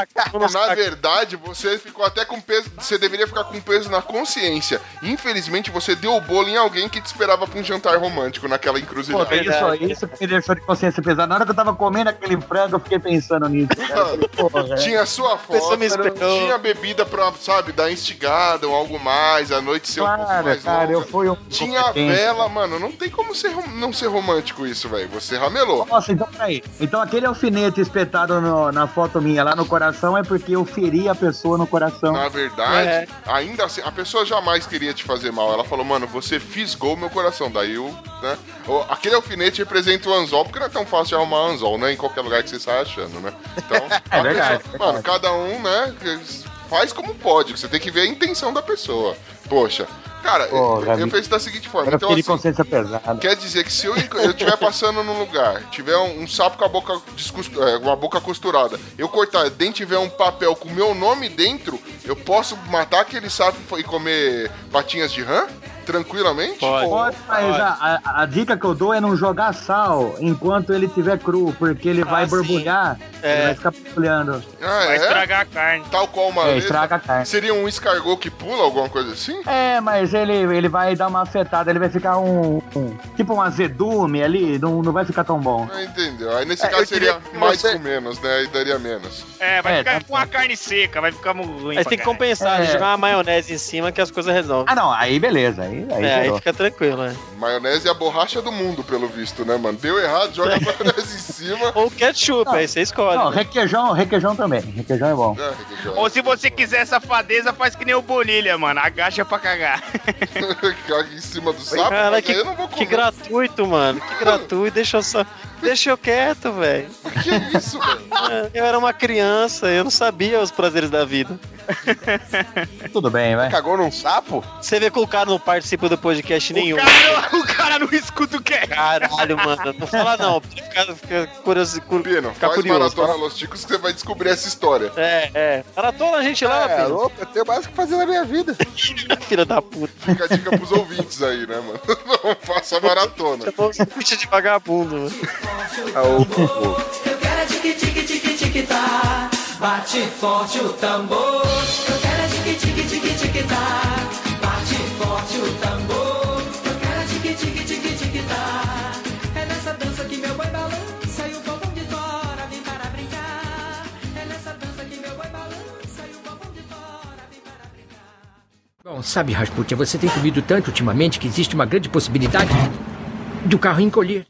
Na verdade, você ficou até com peso, você deveria ficar com peso na consciência. Infelizmente, você deu o bolo em alguém que te esperava pra um jantar romântico naquela encruzilhada. Pô, isso que me deixou de consciência pesada. Na hora que eu tava comendo aquele frango, eu fiquei pensando nisso. Cara. Tinha sua foto, tinha bebida pra, sabe, dar instigada ou algo mais, a noite ser um pouco mais cara, longa. eu fui Tinha a vela, mano, não tem como não ser romântico isso, velho. Você ramelou. Nossa, então peraí. Então aquele alfinete espetado na foto minha lá no coração é porque eu feri a pessoa no coração. Na verdade, ainda assim, a pessoa jamais queria te fazer mal. Ela falou, mano, você fisgou meu coração. Daí eu, né? Aquele alfinete representa o anzol, porque não é tão fácil de arrumar anzol, né? Em qualquer lugar que você sai achando, né? Então, é verdade. Mano, cada um, né? Faz como pode. Você tem que ver a intenção da pessoa. Poxa. Cara, eu penso da seguinte forma. Então, assim, consciência pesada. Quer dizer que se eu estiver passando num lugar, tiver um sapo com a boca uma boca costurada, eu cortar dentro e tiver um papel com o meu nome dentro, eu posso matar aquele sapo e comer patinhas de rã? Tranquilamente? Pode, mas a dica que eu dou é não jogar sal enquanto ele estiver cru, porque ele vai borbulhar, ele vai ficar borbulhando. Vai estragar a carne. Tal qual uma vez. Estraga a carne. Seria um escargot que pula, alguma coisa assim? Mas ele vai dar uma afetada, ele vai ficar tipo um azedume ali, não vai ficar tão bom. Entendeu? Aí nesse caso seria mais com menos, né? Aí daria menos. Vai ficar com a carne seca, vai ficar muito ruim. Aí você tem que compensar, jogar uma maionese em cima que as coisas resolvem. Não, aí beleza, aí fica tranquilo, né? Maionese é a borracha do mundo, pelo visto, né, mano? Deu errado, joga a maionese em cima. Ou ketchup, aí você escolhe. Não, requeijão também. Requeijão é bom. Requeijão. Ou se você quiser safadeza, faz que nem o Bonilha, mano. Agacha pra cagar. Caga em cima do sapo, cara, aí eu não vou comer. Que gratuito, mano. Que gratuito. Deixa eu quieto, velho. Que é isso, velho? Eu era uma criança, eu não sabia os prazeres da vida. Tudo bem, vai. Cagou num sapo? Você vê que o cara não participa do podcast nenhum. O cara não escuta o que é. Caralho, mano. Não fala não. Fica curioso. Pino, faz maratona Los Ticos que você vai descobrir essa história. Maratona a gente lá, Pino. Louco, eu tenho mais o que fazer na minha vida. Filha da puta. Fica a dica pros ouvintes aí, né, mano? Não faça maratona. Bicha de vagabundo, mano. Eu quero tique-tique-tique-tique-tá. Bate forte o tambor. Eu quero tique-tique-tique-tique-tá. Bate forte o tambor. Eu quero tique-tique-tique-tique-tá. É nessa dança que meu boi balança e o povão de fora vem para brincar. É nessa dança que meu boi balança e o povão de fora vem para brincar. Bom, sabe, Rasputin, você tem comido tanto ultimamente que existe uma grande possibilidade do carro encolher.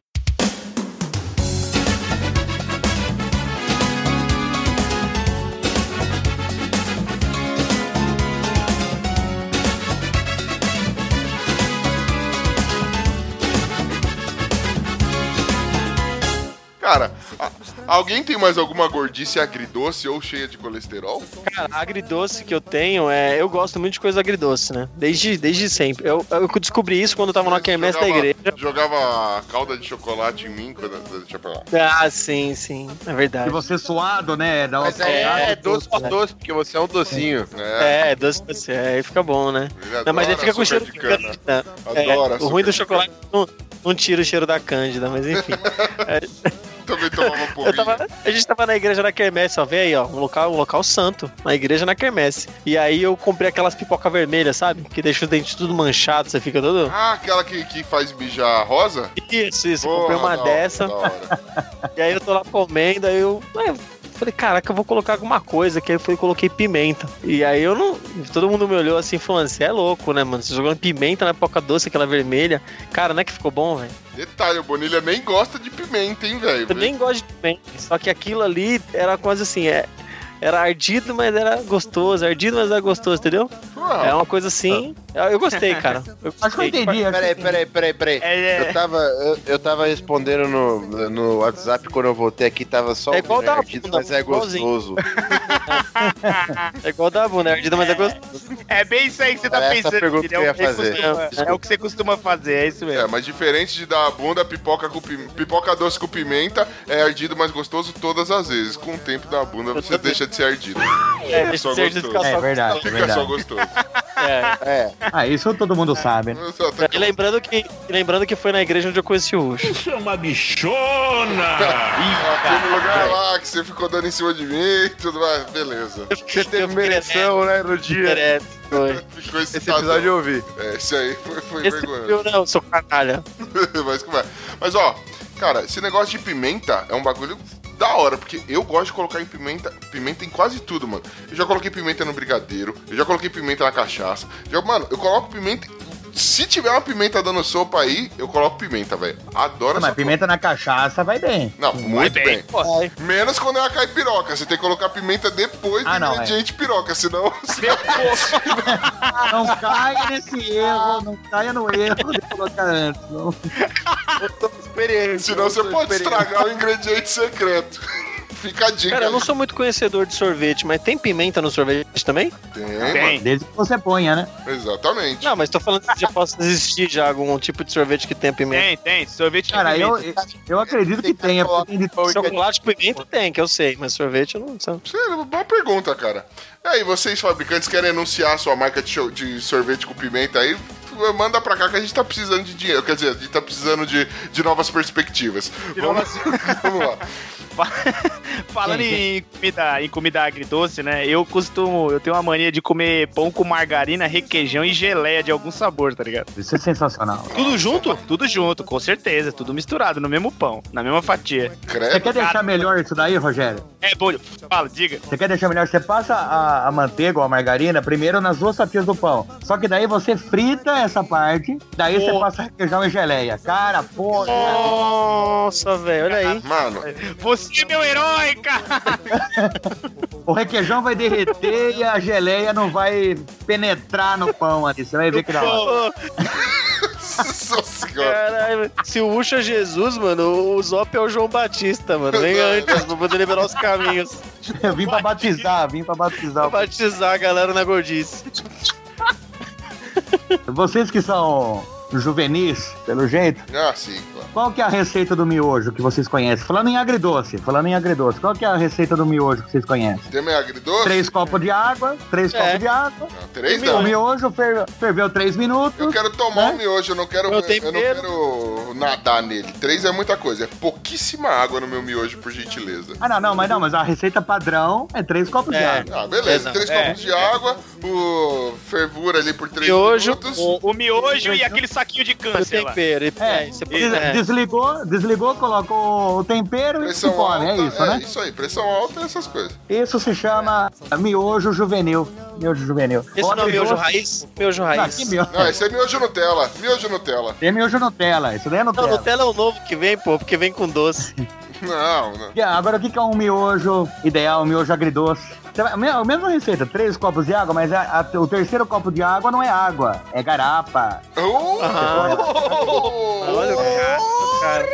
Cara, alguém tem mais alguma gordice agridoce ou cheia de colesterol? Cara, agridoce que eu tenho eu gosto muito de coisa agridoce, né? Desde sempre. Eu descobri isso quando eu tava na quermesse da igreja. Jogava calda de chocolate em mim quando. Deixa pra lá. Sim, é verdade. E você suado, né? Mas doce, porque você é um docinho. Doce, aí fica bom, né? Não, mas aí fica com cheiro de cândida. O ruim do chocolate não tira o cheiro da cândida, mas enfim. Também tomava porrinho. A gente tava na igreja na quermesse, ó, vê aí, ó, um local santo, na igreja na quermesse. E aí eu comprei aquelas pipoca vermelhas, sabe? Que deixa os dentes tudo manchado, você fica todo... Aquela que faz mijar rosa? Isso, porra, comprei uma dessa. E aí eu tô lá comendo, aí eu... Falei, caraca, eu vou colocar alguma coisa, que aí eu coloquei pimenta. E aí eu não... Todo mundo me olhou assim, falando, você é louco, né, mano? Você jogando pimenta na pipoca doce, aquela vermelha. Cara, não é que ficou bom, velho? Detalhe, o Bonilha nem gosta de pimenta, hein, velho? Eu nem gosto de pimenta, só que aquilo ali era quase assim, era ardido, mas era gostoso. Ardido, mas era gostoso, entendeu? É uma coisa assim. Eu gostei, cara. Acho que eu entendi. Peraí. Eu tava respondendo no WhatsApp quando eu voltei aqui, tava só É igual o da ardido, bunda, mas é gostoso. É igual da bunda, ardido, mas é gostoso. É bem isso aí que você tá Era essa pensando. pergunta que eu ia fazer. É o que você costuma fazer, é isso mesmo. Mas diferente de dar a bunda, pipoca doce com pimenta é ardido mais gostoso todas as vezes. Com o tempo da bunda você deixa de ser ardido. É só deixa de gostoso. ficar só verdade. Fica só gostoso. Isso todo mundo sabe. Né? E lembrando que foi na igreja onde eu conheci o Ucho. Isso é uma bichona! Aquele lugar lá que você ficou dando em cima de mim e tudo mais. Beleza. Você teve mereção, né, no dia. Ficou Esse episódio eu ouvi. Esse aí foi vergonhoso. Não, seu canalha. Mas ó, cara, esse negócio de pimenta é um bagulho da hora, porque eu gosto de colocar pimenta em quase tudo, mano. Eu já coloquei pimenta no brigadeiro, eu já coloquei pimenta na cachaça. Mano, eu coloco pimenta... Se tiver uma pimenta dando sopa aí, eu coloco pimenta, velho. Adoro essa Mas pimenta na cachaça vai bem. Não, muito bem. Vai. Menos quando é a caipiroca. Você tem que colocar pimenta depois do ingrediente piroca, senão... Não caia nesse erro, não caia no erro de colocar antes. Não. Eu tô experiente. Senão você pode estragar o ingrediente secreto. Fica a dica. Cara, eu não sou muito conhecedor de sorvete, mas tem pimenta no sorvete também? Tem. Desde que você ponha, né? Exatamente. Não, mas tô falando que já possa existir já algum tipo de sorvete que tenha pimenta. Tem. Sorvete Cara, de pimenta. eu acredito que tenha. Chocolate com pimenta tem, que eu sei, mas sorvete eu não sei. Boa pergunta, cara. E aí, vocês fabricantes querem anunciar a sua marca de sorvete com pimenta aí? Manda pra cá que a gente tá precisando de dinheiro. Quer dizer, a gente tá precisando de novas perspectivas. Vamos lá. Falando em comida agridoce, né? Eu tenho uma mania de comer pão com margarina, requeijão e geleia de algum sabor, tá ligado? Isso é sensacional. Tudo junto? Tudo junto, com certeza. Tudo misturado no mesmo pão, na mesma fatia. Você quer deixar melhor isso daí, Rogério? É bom. Fala, diga. Você quer deixar melhor? Você passa a manteiga ou a margarina primeiro nas duas fatias do pão. Só que daí você frita essa parte, daí você passa requeijão e geleia. Cara, porra. Nossa, velho, olha aí. Mano, você é meu herói, cara. O requeijão vai derreter e a geleia não vai penetrar no pão ali. Você vai ver que da hora. Nossa senhora. Caralho, se o Ucho é Jesus, mano, o Zop é o João Batista, mano. Vem antes, pra poder liberar os caminhos. Eu vim pra batizar. Pra batizar a galera na gordice. Vocês que são juvenis, pelo jeito. Ah, sim, claro. Qual que é a receita do miojo que vocês conhecem? Falando em agridoce, qual que é a receita do miojo que vocês conhecem? Tem agridoce? 3 copos de água, 3 copos de água. Não, 3 O não. miojo ferveu 3 minutos. Eu quero tomar o miojo, eu não quero nadar nele. 3 é muita coisa, é pouquíssima água no meu miojo, por gentileza. Mas a receita padrão é 3 copos de água. Ah, beleza, 3 copos de água, o fervura ali por 3 miojo, minutos. O miojo e aquele saquinho de câncer lá. Tempero. Desligou, colocou o tempero pressão e come, alta, é isso, né? Isso aí, pressão alta e essas coisas. Isso se chama miojo juvenil. Esse não é miojo raiz? Miojo raiz. Não, esse é miojo Nutella. Tem miojo Nutella, isso daí é Nutella. Não, Nutella é o novo que vem, pô, porque vem com doce. Não. Agora, o que é um miojo ideal, um miojo agridoce? A mesma receita, 3 copos de água, mas o terceiro copo de água não é água, é garapa. Olha o cara.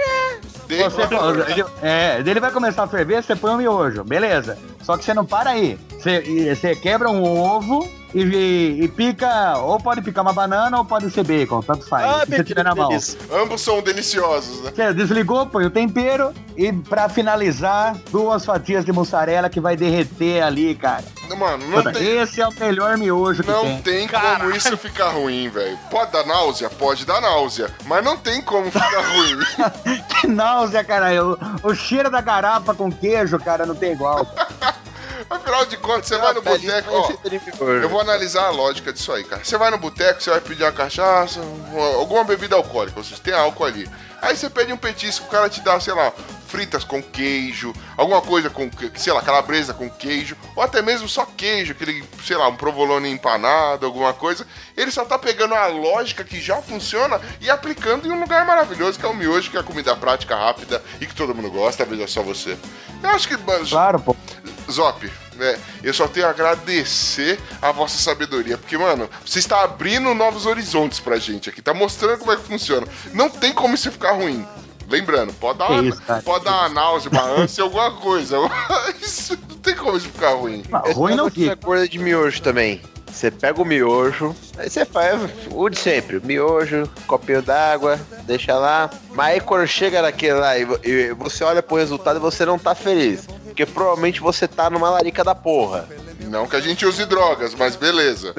Ele vai começar a ferver, você põe o miojo, beleza. Só que você não para aí. Você quebra um ovo e pica, ou pode picar uma banana ou pode ser bacon, tanto faz. Se você tiver na mão. Ambos são deliciosos, né? Você desligou, põe o tempero e pra finalizar, 2 fatias de mussarela que vai derreter ali, cara. Mano, não tem... Esse é o melhor miojo que tem. Não tem como isso ficar ruim, velho. Pode dar náusea? Pode dar náusea. Mas não tem como ficar ruim. Que náusea, cara. O cheiro da garapa com queijo, cara, não tem igual. Afinal de contas, você vai no boteco, eu vou analisar a lógica disso aí, cara. Você vai no boteco, você vai pedir uma cachaça, alguma bebida alcoólica, ou seja, tem álcool ali. Aí você pede um petisco, o cara te dá, sei lá, fritas com queijo, alguma coisa com, sei lá, calabresa com queijo, ou até mesmo só queijo, aquele, sei lá, um provolone empanado, alguma coisa. Ele só tá pegando a lógica que já funciona e aplicando em um lugar maravilhoso, que é o miojo, que é a comida prática, rápida e que todo mundo gosta, veja só você. Eu acho que... Claro, pô. Zop, eu só tenho a agradecer a vossa sabedoria, porque, mano, você está abrindo novos horizontes pra gente aqui, tá mostrando como é que funciona. Não tem como isso ficar ruim. Lembrando, pode dar uma náusea, uma ânsia, alguma coisa. Isso não tem como isso ficar ruim. Ruim não fica. Coisa de miojo também. Você pega o miojo, aí você faz o de sempre, miojo, copinho d'água, deixa lá. Mas aí quando chega naquele lá e você olha pro resultado e você não tá feliz. Porque provavelmente você tá numa larica da porra. Não que a gente use drogas, mas beleza.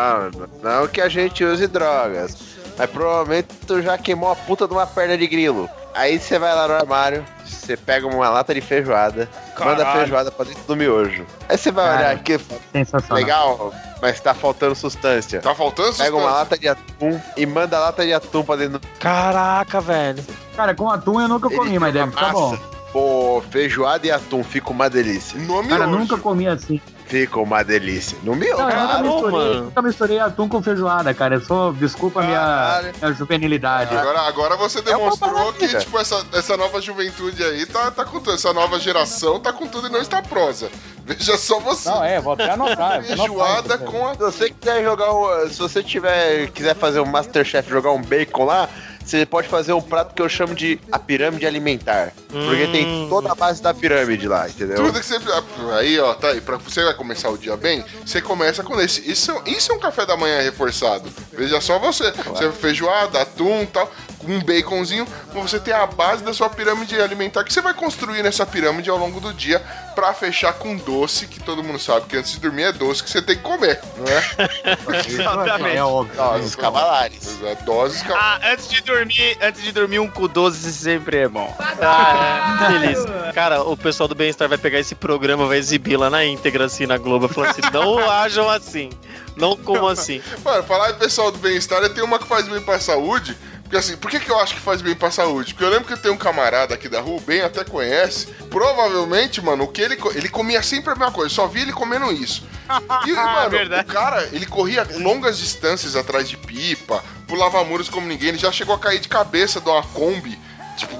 Não que a gente use drogas. Mas provavelmente tu já queimou a puta de uma perna de grilo. Aí você vai lá no armário, você pega uma lata de feijoada, manda a feijoada pra dentro do miojo. Aí você vai olhar aqui, legal, mas tá faltando substância. Tá faltando substância? Pega uma lata de atum e manda a lata de atum pra dentro do... Caraca, velho. Cara, com atum eu nunca comi, mas deve ficar bom. Pô, feijoada e atum fica uma delícia. No miojo. Cara, nunca comi assim. Fica uma delícia. No miojo, eu nunca misturei atum com feijoada, cara. Desculpa a minha juvenilidade. Agora você demonstrou que, tipo, essa nova juventude aí tá com tudo. Essa nova geração tá com tudo e não está prosa. Veja só você. Não, vou até anotar. Feijoada com a... Se você quiser jogar se você quiser fazer um Masterchef, jogar um bacon lá, você pode fazer um prato que eu chamo de a pirâmide alimentar. Porque tem toda a base da pirâmide lá, entendeu? Tudo que você... Aí, ó, tá aí. Pra você vai começar o dia bem, você começa com esse. Isso é um café da manhã reforçado. Veja só você. Claro. Você feijoada, atum e tal, com um baconzinho. Você tem a base da sua pirâmide alimentar que você vai construir nessa pirâmide ao longo do dia pra fechar com doce, que todo mundo sabe que antes de dormir é doce que você tem que comer, não é? Exatamente. É óbvio. Doses cavalares. Exato, doses cavalares. Antes de dormir um cu doce sempre é bom. Delícia. Cara, o pessoal do Bem-Estar vai pegar esse programa, vai exibir lá na íntegra, assim, na Globo, e falar assim, não ajam assim, não comam assim. Mano, falar em pessoal do Bem-Estar, tem uma que faz bem pra saúde. Porque assim, por que eu acho que faz bem pra saúde? Porque eu lembro que tem um camarada aqui da rua, o Ben até conhece. Provavelmente, mano, o que ele comia sempre a mesma coisa. Só via ele comendo isso. E, mano, o cara, ele corria longas distâncias atrás de pipa, pulava muros como ninguém. Ele já chegou a cair de cabeça de uma Kombi, tipo,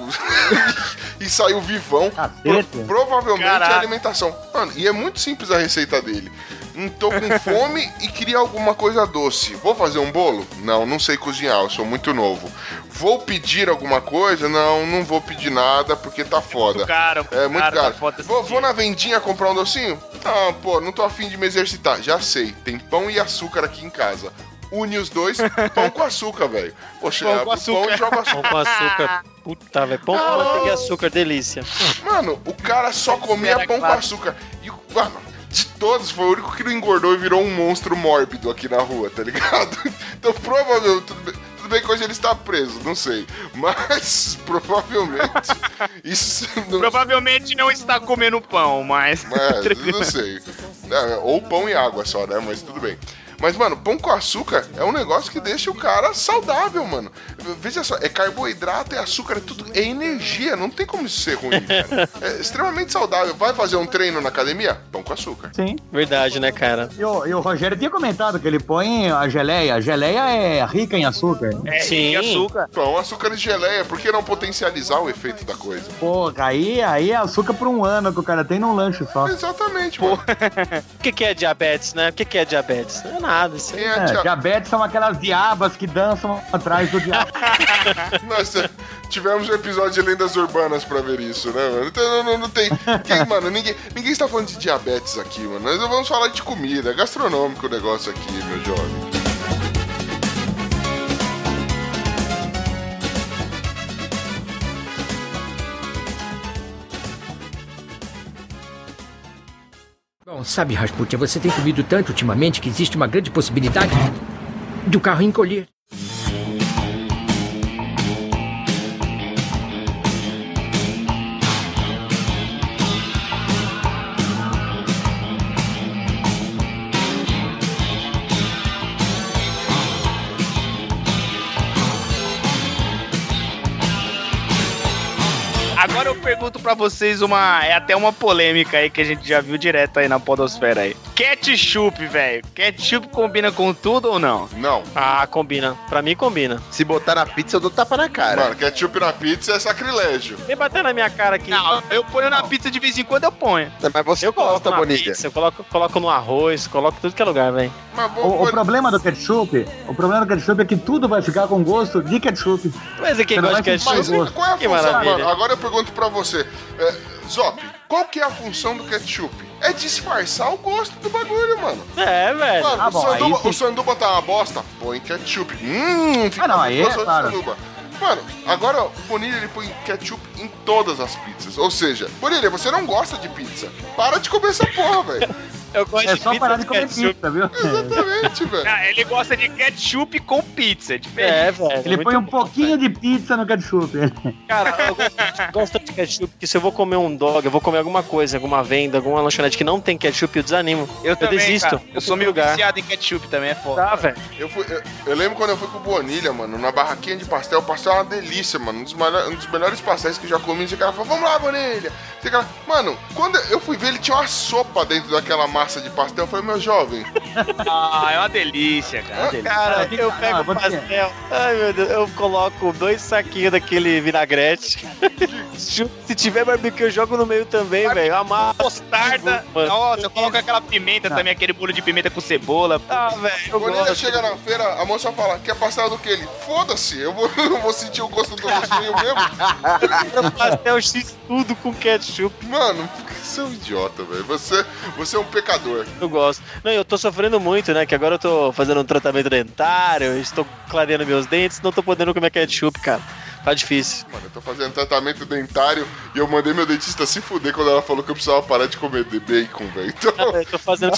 e saiu vivão. Provavelmente é alimentação. Mano, e é muito simples a receita dele. Tô com fome e queria alguma coisa doce. Vou fazer um bolo? Não sei cozinhar, eu sou muito novo. Vou pedir alguma coisa? Não vou pedir nada porque tá foda. Muito caro. É muito caro. Tá vou na vendinha comprar um docinho? Não tô afim de me exercitar. Já sei, tem pão e açúcar aqui em casa. Une os dois, pão com açúcar, velho. Poxa, pão com açúcar. Pão e joga açúcar. Pão com açúcar. Puta, velho. Pão com manteiga e açúcar, delícia. Mano, o cara só comia pão com açúcar. E, mano, de todos, foi o único que não engordou e virou um monstro mórbido aqui na rua, tá ligado? Então, provavelmente, tudo bem que hoje ele está preso, não sei. Mas, provavelmente, isso... Provavelmente não está comendo pão, mas... não sei. Ou pão e água só, né? Mas tudo bem. Mas, mano, pão com açúcar é um negócio que deixa o cara saudável, mano. Veja só, é carboidrato, é açúcar, é energia. Não tem como isso ser ruim, cara. É extremamente saudável. Vai fazer um treino na academia? Pão com açúcar. Sim. Verdade, né, cara? E o Rogério tinha comentado que ele põe a geleia. A geleia é rica em açúcar. Sim. Em açúcar. Pão, açúcar e geleia. Por que não potencializar o efeito da coisa? Pô, aí é açúcar por um ano que o cara tem num lanche só. Exatamente, pô. O que é diabetes, né? O que é diabetes? Não é nada. Isso aí. Diabetes são aquelas diabas que dançam atrás do diabo. Nossa, tivemos um episódio de lendas urbanas pra ver isso, né, mano? Então não tem... Mano, ninguém está falando de diabetes aqui, mano. Nós vamos falar de comida. É gastronômico o negócio aqui, meu jovem. Bom, sabe, Rasputin, você tem comido tanto ultimamente que existe uma grande possibilidade do carro encolher. Agora eu pergunto pra vocês é até uma polêmica aí que a gente já viu direto aí na podosfera aí. Ketchup, velho. Ketchup combina com tudo ou não? Não. Ah, combina. Pra mim, combina. Se botar na pizza, eu dou tapa na cara. Mano, ketchup na pizza é sacrilégio. Vem bater na minha cara aqui. Não, eu ponho na pizza de vez em quando, eu ponho. Mas você Eu coloco gosta, na Bonilha. pizza, eu coloco no arroz, coloco tudo que é lugar, velho. Mas O problema do ketchup é que tudo vai ficar com gosto de ketchup. Mas é quem Você não gosta de vai ketchup. Mas qual é a Que função, maravilha. mano? Agora eu pergunto pra você. Zop, qual que é a função do ketchup? É disfarçar o gosto do bagulho, mano. É, velho. Mano, Ah, bom, aí sim. o sanduba tá uma bosta, põe ketchup. Fica não, aí é gostoso de claro. sanduba. Mano, agora o Bonilha ele põe ketchup em todas as pizzas. Ou seja, Bonilha, você não gosta de pizza. Para de comer essa porra, velho. Eu gosto É de só pizza parar de comer ketchup. pizza, viu? Exatamente, velho. Ah, ele gosta de ketchup com pizza, é diferente. É, velho. Ele muito põe um bom, pouquinho de pizza no ketchup. Cara, eu gosto de ketchup, porque se eu vou comer um dog, eu vou comer alguma coisa, alguma venda, alguma lanchonete que não tem ketchup, eu desanimo. Eu também, desisto. cara. Eu sou meio lugar. viciado em ketchup também, é foda. Tá, velho. Eu lembro quando eu fui pro Bonilha, mano, na barraquinha de pastel. O pastel é uma delícia, mano. Um dos melhores pastéis que eu já comi. E o cara falou, vamos lá, Bonilha. Mano, quando eu fui ver, ele tinha uma sopa dentro daquela massa de pastel. Eu falei, meu jovem. Ah, é uma delícia, cara. Cara, eu pego o pastel. Ai, meu Deus, eu coloco 2 saquinhos daquele vinagrete. Se tiver barbecue, eu jogo no meio também, velho. Amassa. Mostarda. Mano. Nossa, eu coloco aquela pimenta também, aquele bolo de pimenta com cebola. Ah, velho, eu Bonilha gosto. chega na feira, a moça fala, quer pastel do que? Ele, foda-se, eu vou sentir o gosto do recheio mesmo. Pastel X tudo com ketchup. Mano, você é um idiota, velho. Você é um pecador. Eu gosto. Não, eu tô sofrendo muito, né? Que agora eu tô fazendo um tratamento dentário, estou clareando meus dentes, não tô podendo comer ketchup, cara. Tá difícil. Mano, eu tô fazendo tratamento dentário e eu mandei meu dentista se fuder quando ela falou que eu precisava parar de comer bacon, velho. Então, Eu tô fazendo.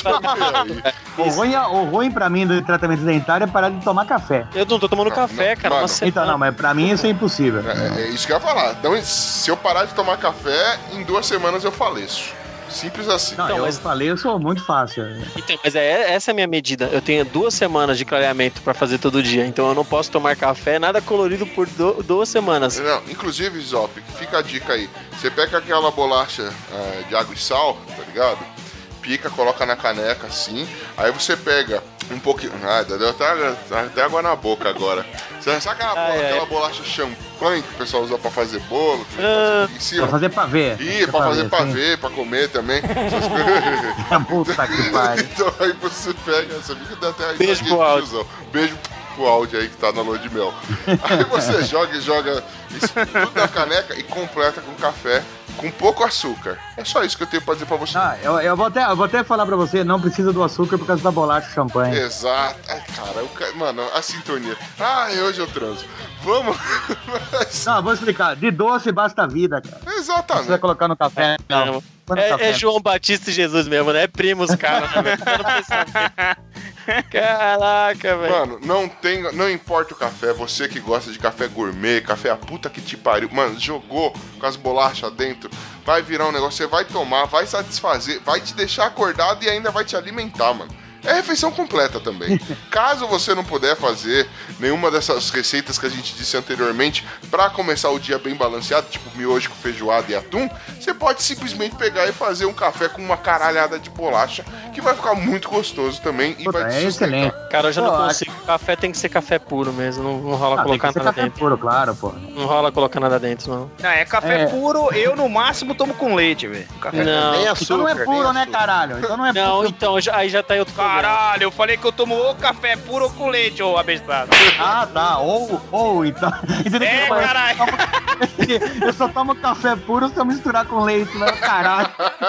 O ruim pra mim do tratamento dentário é parar de tomar café. Eu não tô tomando Não, café, não, cara. mano. Uma semana. Então, não, mas pra mim isso é impossível. é isso que eu ia falar. Então, se eu parar de tomar café, em 2 semanas eu faleço. Simples assim. Não, Então, eu mas- falei, eu sou muito fácil. Então, mas essa é a minha medida. Eu tenho 2 semanas de clareamento pra fazer todo dia. Então eu não posso tomar café, nada colorido por 2 semanas. Não, inclusive, Zop, fica a dica aí. Você pega aquela bolacha de água e sal, tá ligado? Pica, coloca na caneca assim. Aí você pega um pouquinho. Deu até água na boca agora. Você sabe aquela bolacha champanhe que o pessoal usa pra fazer bolo? Que Ah, em cima? Pra fazer pavê. Ih, pra fazer pavê, pra comer também. Essas coisas. Puta que pariu. Então aí você pega, você viu que dá até a Beijo risadinha pro de áudio. tiozão. Beijo pro áudio aí que tá na lua de mel. Aí você joga isso tudo na caneca e completa com café com pouco açúcar. É só isso que eu tenho pra dizer pra você. Ah, eu vou até falar pra você, não precisa do açúcar por causa da bolacha champanhe. Exato. Ai, cara, mano, a sintonia. Hoje eu transo. Vamos. Não, eu vou explicar. De doce basta a vida, cara. Não precisa Exatamente. colocar no café. Não. Põe no café. É João Batista e Jesus mesmo, né? É primos, cara. Né, velho? Eu não precisa saber. Caraca, velho. Mano, não importa o café, você que gosta de café gourmet, café a puta que te pariu, mano, jogou com as bolachas dentro, vai virar um negócio, você vai tomar, vai satisfazer, vai te deixar acordado e ainda vai te alimentar, mano. É refeição completa também. Caso você não puder fazer nenhuma dessas receitas que a gente disse anteriormente, pra começar o dia bem balanceado, tipo miojo com feijoada e atum, você pode simplesmente pegar e fazer um café com uma caralhada de bolacha, que vai ficar muito gostoso também e Puta, vai te é sustentar. excelente. Cara, eu já Pô, não consigo. Café tem que ser café puro mesmo. Não rola Tem colocar que ser nada café dentro. puro, claro, pô. Não rola colocar nada dentro, não. Não, é café É. puro, eu no máximo tomo com leite, velho. Café Não. Nem Então açúcar, não é nem puro, né, açúcar. caralho? Então não é Não, puro. então, aí já tá em outro problema. Caralho, eu falei que eu tomo ou café puro ou com leite, ô abestado. Ah, tá. Ou então. Entendeu? É, Eu caralho. Eu só tomo café puro se eu misturar com leite, né? Caralho.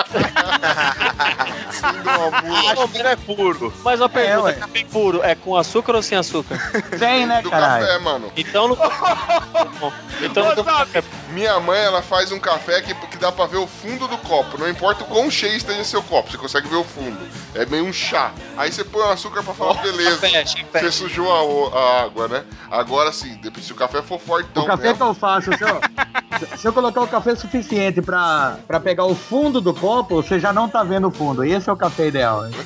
Acho que não é puro. Mas uma pergunta, ué. café puro é com açúcar ou sem açúcar? Tem, né, Do caralho? café, mano. Então não. Então não. Minha mãe, ela faz um café que dá pra ver o fundo do copo. Não importa o quão cheio esteja seu copo, você consegue ver o fundo. É meio um chá. Aí você põe o açúcar pra falar, beleza. Você sujou a água, né? Agora sim, se o café for fortão O café mesmo, que eu faço, se eu colocar o café suficiente pra pegar o fundo do copo, você já não tá vendo o fundo. Esse é o café ideal. Né?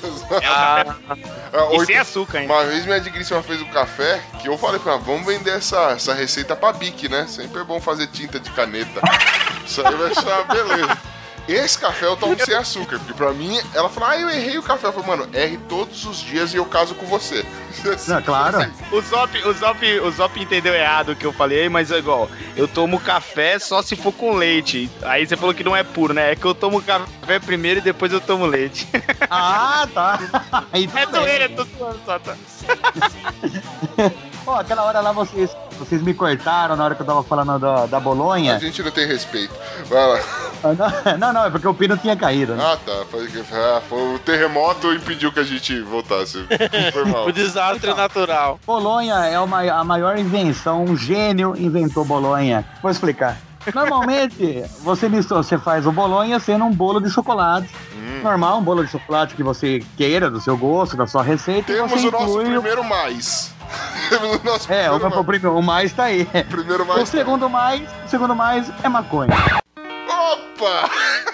E sem açúcar ainda. Uma vez minha digníssima fez um café que eu falei pra ela, vamos vender essa receita pra Bic, né? Sempre é bom fazer tinta de caneta. Isso aí vai ser uma beleza. Esse café eu tomo sem açúcar, porque pra mim, ela falou, eu errei o café. Eu falei, mano, erre todos os dias e eu caso com você. Não, claro. O Zop entendeu errado o que eu falei, mas é igual, eu tomo café só se for com leite. Aí você falou que não é puro, né? É que eu tomo café primeiro e depois eu tomo leite. Ah, tá. Aí É doer, tô zoando só, tá? Pô, aquela hora lá vocês me cortaram na hora que eu tava falando da Bolonha. A gente não tem respeito. Vai lá. Não, é porque o pino tinha caído, né? Ah, tá. Foi o terremoto impediu que a gente voltasse. Foi mal. O desastre natural. Bolonha é a maior invenção, um gênio inventou Bolonha. Vou explicar. Normalmente, você faz o Bolonha sendo um bolo de chocolate. Normal, um bolo de chocolate que você queira, do seu gosto, da sua receita. Temos você o nosso inclui primeiro mais. Temos o nosso o mais tá aí. Primeiro mais. O segundo mais é maconha. Opa!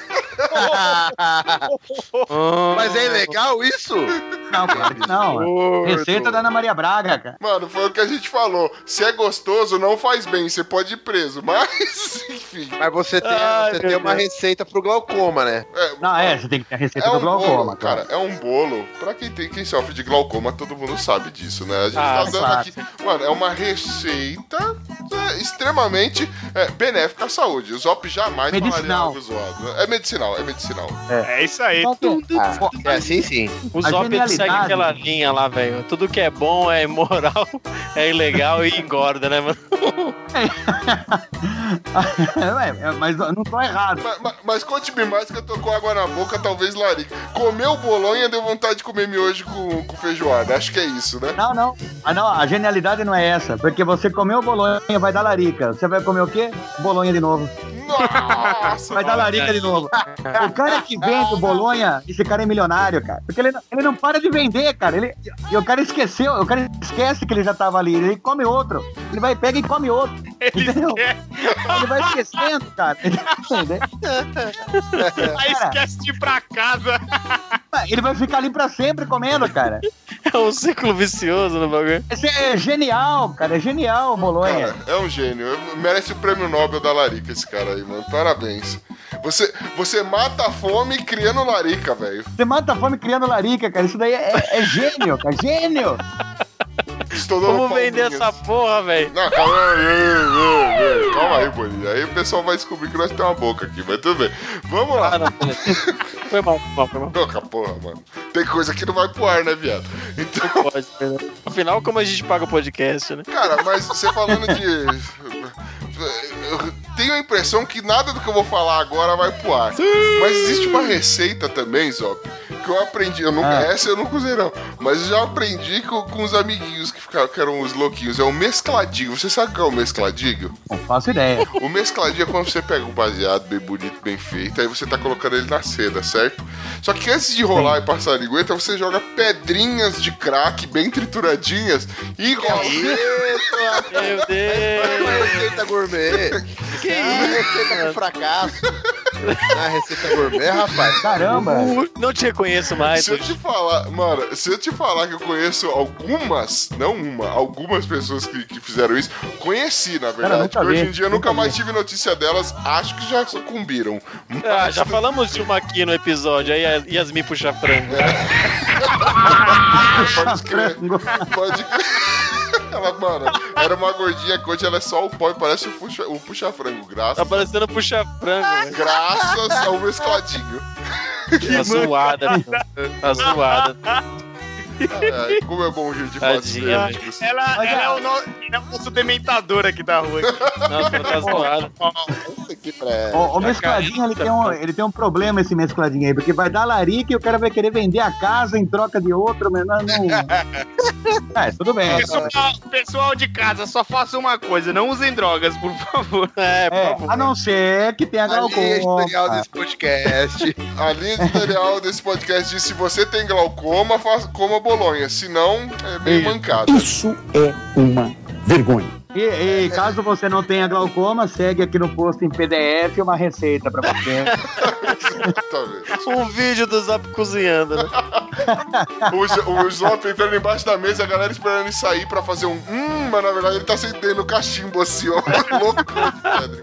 Mas é ilegal isso? Não, claro que não. Receita da Ana Maria Braga, cara. Mano, foi o que a gente falou. Se é gostoso, não faz bem. Você pode ir preso. Mas, enfim. Mas você tem uma receita pro glaucoma, né? Você tem que ter a receita do glaucoma, bolo, cara. É um bolo. Pra quem sofre de glaucoma, todo mundo sabe disso, né? A gente tá dando aqui. Mano, é uma receita extremamente benéfica à saúde. O Zop jamais falaria algo zoado. Né? É medicinal. É isso aí. Sim. O Zop segue aquela linha lá, velho. Tudo que é bom é imoral, é ilegal e engorda, né, mano? Mas não tô errado. Mas conte-me mais que eu tô com água na boca, talvez larica. Comeu bolonha, deu vontade de comer miojo com feijoada. Acho que é isso, né? Não. A genialidade não é essa. Porque você comeu bolonha, vai dar larica. Você vai comer o quê? Bolonha de novo. Nossa! Vai dar larica de novo. O cara que vende o Bolonha, esse cara é milionário, cara. Porque ele não para de vender, cara. E o cara esquece que ele já tava ali. Ele come outro. Ele pega e come outro. Entendeu? Ele vai esquecendo, cara. Aí esquece de ir pra casa. Ele vai ficar ali pra sempre comendo, cara. É um ciclo vicioso no bagulho. Esse é genial, cara. É genial o Bolonha. Cara, é um gênio. Merece o prêmio Nobel da larica esse cara aí, mano. Parabéns. Você mata a fome criando larica, velho. Você mata a fome criando larica, cara. Isso daí é gênio, cara. Gênio. Vamos vender essa porra, velho. Não, calma aí, Bolinha. Aí o pessoal vai descobrir que nós temos uma boca aqui, mas tudo bem. Vamos lá. Foi mal. Porra, mano. Tem coisa que não vai pro ar, né, viado? Então... Pode, afinal, como a gente paga o podcast, né? Cara, mas você falando de... Eu tenho a impressão que nada do que eu vou falar agora vai pro ar. Mas existe uma receita também, Zop, que eu aprendi. Essa eu nunca usei, não. Mas eu já aprendi com os amiguinhos que eram os louquinhos. É o mescladinho. Você sabe o que é o mescladinho? Não faço ideia. O mescladinho é quando você pega um baseado bem bonito, bem feito, aí você tá colocando ele na seda, certo? Só que antes de rolar e passar a lingueta, você joga pedrinhas de crack bem trituradinhas e rola. Meu Deus! É uma receita gourmet. Que receita com fracasso. Na receita gourmet, rapaz. Caramba. Não te reconheço mais. Se eu te falar, mano, se eu te falar que eu conheço algumas pessoas que fizeram isso, conheci, na verdade. Cara, hoje em dia eu nunca mais tive notícia delas, acho que já sucumbiram. Já falamos de uma aqui no episódio, aí a Yasmin puxa frango. Pode crer. Ela, mano, era uma gordinha que hoje ela é só o pó e parece o puxa-frango. Tá parecendo puxa-frango, velho. Graças ao mescladinho. Tá zoada, tá zoada. Como é bom o jeito de fazer. Ela é o nosso dementador aqui da rua. Nossa, tá zoada. O mescladinho, ele tem um problema, esse mescladinho aí, porque vai dar larica e o cara vai querer vender a casa em troca de outro, mas não... tudo bem. Pessoal de casa, só faça uma coisa, não usem drogas, por favor. Por favor. A não ser que tenha glaucoma. A linha editorial desse podcast. A linha editorial desse podcast diz: se você tem glaucoma, coma bolonha, senão é meio mancada. Isso é uma vergonha. E caso você não tenha glaucoma, segue aqui no post em PDF uma receita pra você. Exatamente. Um vídeo do Zop cozinhando, né? O Zop entrando embaixo da mesa, a galera esperando ele sair pra fazer um mas na verdade ele tá sentando o cachimbo assim, ó. Louco, Pedro.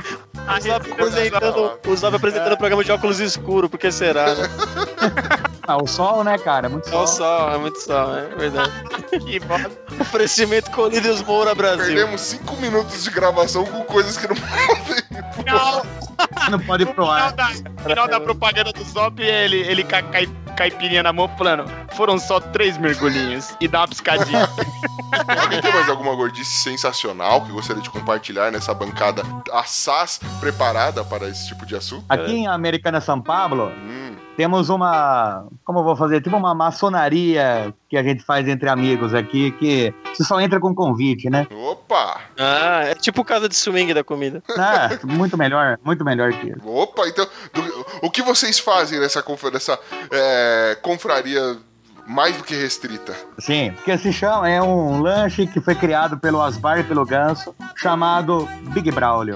O Zop apresentando o programa de óculos escuro, por que será, né? O sol, né, cara? Muito sol. É muito sol, é verdade. Que bosta. Oferecimento Colírios Moura Brasil. Perdemos 5 minutos de gravação com coisas que não podem. Não pode ir pro ar. No final da propaganda do Zop, ele caipirinha na mão falando, foram só 3 mergulhinhos e dá uma piscadinha. Alguém tem mais alguma gordice sensacional que gostaria de compartilhar nessa bancada assaz preparada para esse tipo de assunto? Aqui em Americana São Paulo, temos uma... Como eu vou fazer? Tipo uma maçonaria que a gente faz entre amigos aqui, que você só entra com convite, né? Opa! Ah, é tipo casa de swing da comida. Muito melhor que isso. Opa, então, o que vocês fazem nessa confraria mais do que restrita? Sim, porque se chama, é um lanche que foi criado pelo Osmar e pelo Ganso, chamado Big Braulio.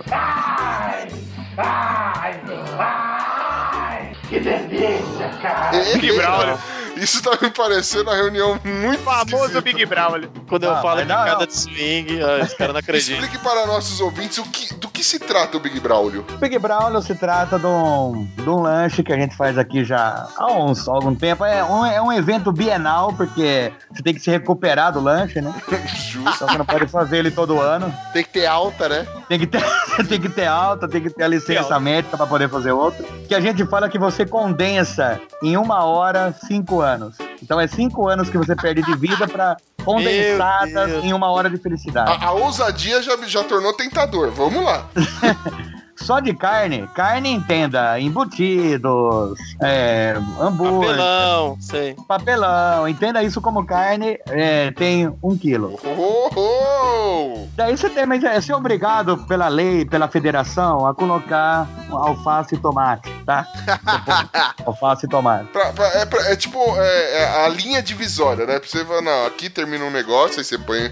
Que delícia, cara! Big Braulio. Isso tá me parecendo uma reunião muito famoso esquisita. Big Braulio. Quando eu falo de casa de swing, esse cara não acredita. Explique para nossos ouvintes do que se trata o Big Braulio. O Big Braulio se trata de um lanche que a gente faz aqui já há algum tempo. É um evento bienal, porque você tem que se recuperar do lanche, né? Justo. Então você não pode fazer ele todo ano. Tem que ter alta, né? Tem que ter alta, tem que ter a licença médica para poder fazer outro. Que a gente fala que você condensa em 1 hora 5 anos. Então é 5 anos que você perde de vida para condensadas em 1 hora de felicidade. A ousadia já tornou tentador. Vamos lá. Só de carne entenda, embutidos, hambúrguer, papelão, sei. Papelão, entenda isso como carne, tem 1 quilo. Daí você tem, mas você é obrigado pela lei, pela federação, a colocar alface e tomate, tá? Alface e tomate. É tipo a linha divisória, né? Pra você falar, não, aqui termina um negócio, aí você põe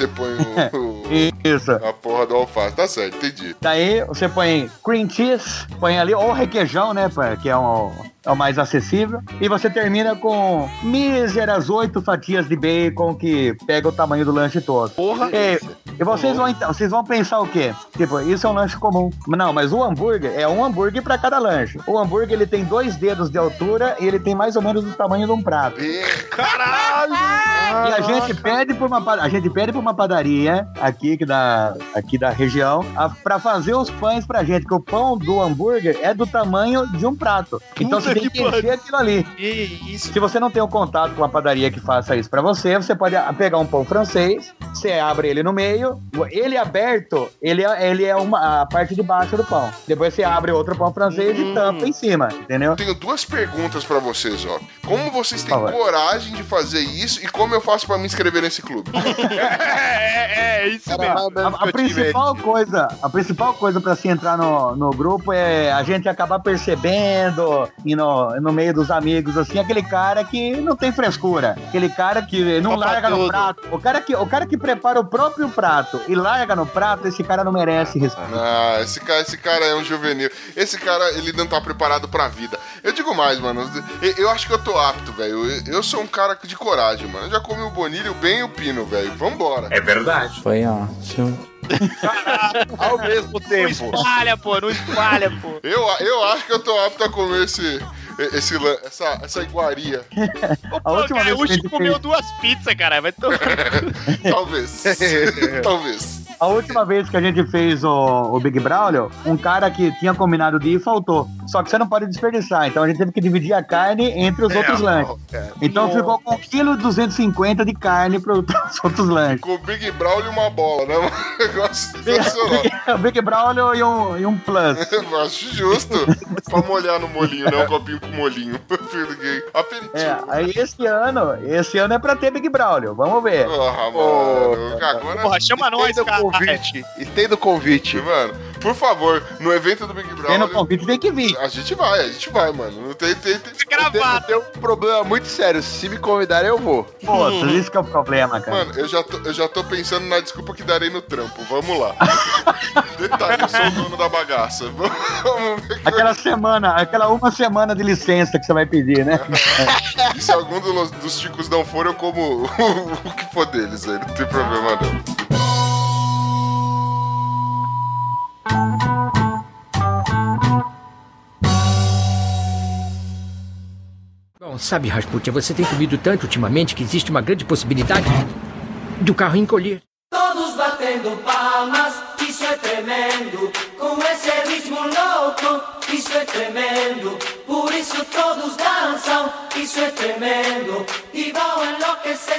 Isso. a porra do alface. Tá certo, entendi. Daí você põe cream cheese, põe ali, ou requeijão, né, que é o mais acessível, e você termina com míseras 8 fatias de bacon, que pega o tamanho do lanche todo. Porra! E vocês vão pensar o quê? Tipo, isso é um lanche comum. Não, mas o hambúrguer é um hambúrguer pra cada lanche. O hambúrguer, ele tem 2 dedos de altura e ele tem mais ou menos o tamanho de um prato. Caralho! E a gente pede pra uma padaria aqui da região pra fazer os pães pra gente, que o pão do hambúrguer é do tamanho de um prato. Então você tem que encher aquilo ali. Isso. Se você não tem um contato com uma padaria que faça isso pra você, você pode pegar um pão francês, você abre ele no meio, ele aberto, ele é a parte de baixo do pão. Depois você abre outro pão francês e tampa em cima, entendeu? Tenho 2 perguntas pra vocês, ó. Como vocês têm coragem de fazer isso e como eu faço pra me inscrever nesse clube? Isso mesmo. A principal coisa pra se entrar no grupo é a gente acabar percebendo e no meio dos amigos, assim, aquele cara que não tem frescura, aquele cara que não larga no prato. O cara que prepara o próprio prato e larga no prato, esse cara não merece respeito. Ah, esse cara é um juvenil. Esse cara, ele não tá preparado pra vida. Eu digo mais, mano. Eu acho que eu tô apto, velho. Eu sou um cara de coragem, mano. Eu já comi o Bonilha, o Ben e o Pino, velho. Vambora. É verdade. Foi ótimo. Ao mesmo tempo. Não espalha, pô. Eu acho que eu tô apto a comer essa iguaria. A última vez que a gente comeu fez... 2 pizzas, cara. Vai tomar. Talvez. A última vez que a gente fez o Big Braulio, um cara que tinha combinado de ir faltou. Só que você não pode desperdiçar. Então a gente teve que dividir a carne entre os outros lanches. Então ficou com 1,250 kg de carne para os outros lanches. Com o Big Braulio e uma bola, né? Um negócio sensacional. Big Braulio e um plus. Eu acho justo. Pra molhar no molinho, né? Um copinho com molinho. Aperitivo. Aí esse ano é pra ter Big Braulio. Vamos ver. Mano. Agora... Porra, chama nós, cara. Estenda o convite. Mano, por favor, no evento do Big Tem no Brother... convite, tem que vir. A gente vai, mano. Não tem... Gravado. Tem um problema muito sério. Se me convidarem, eu vou. Pô, isso que é o problema, cara. Mano, eu já tô pensando na desculpa que darei no trampo. Vamos lá. Detalhe, eu sou o dono da bagaça. Vamos ver que Aquela uma semana de licença que você vai pedir, né? E se algum dos chicos não for, eu como o que for deles aí. Não tem problema, não. Bom, sabe, Rasputin, você tem comido tanto ultimamente que existe uma grande possibilidade do carro encolher. Todos batendo palmas, isso é tremendo. Com esse ritmo louco, isso é tremendo. Por isso todos dançam, isso é tremendo. E vão enlouquecer.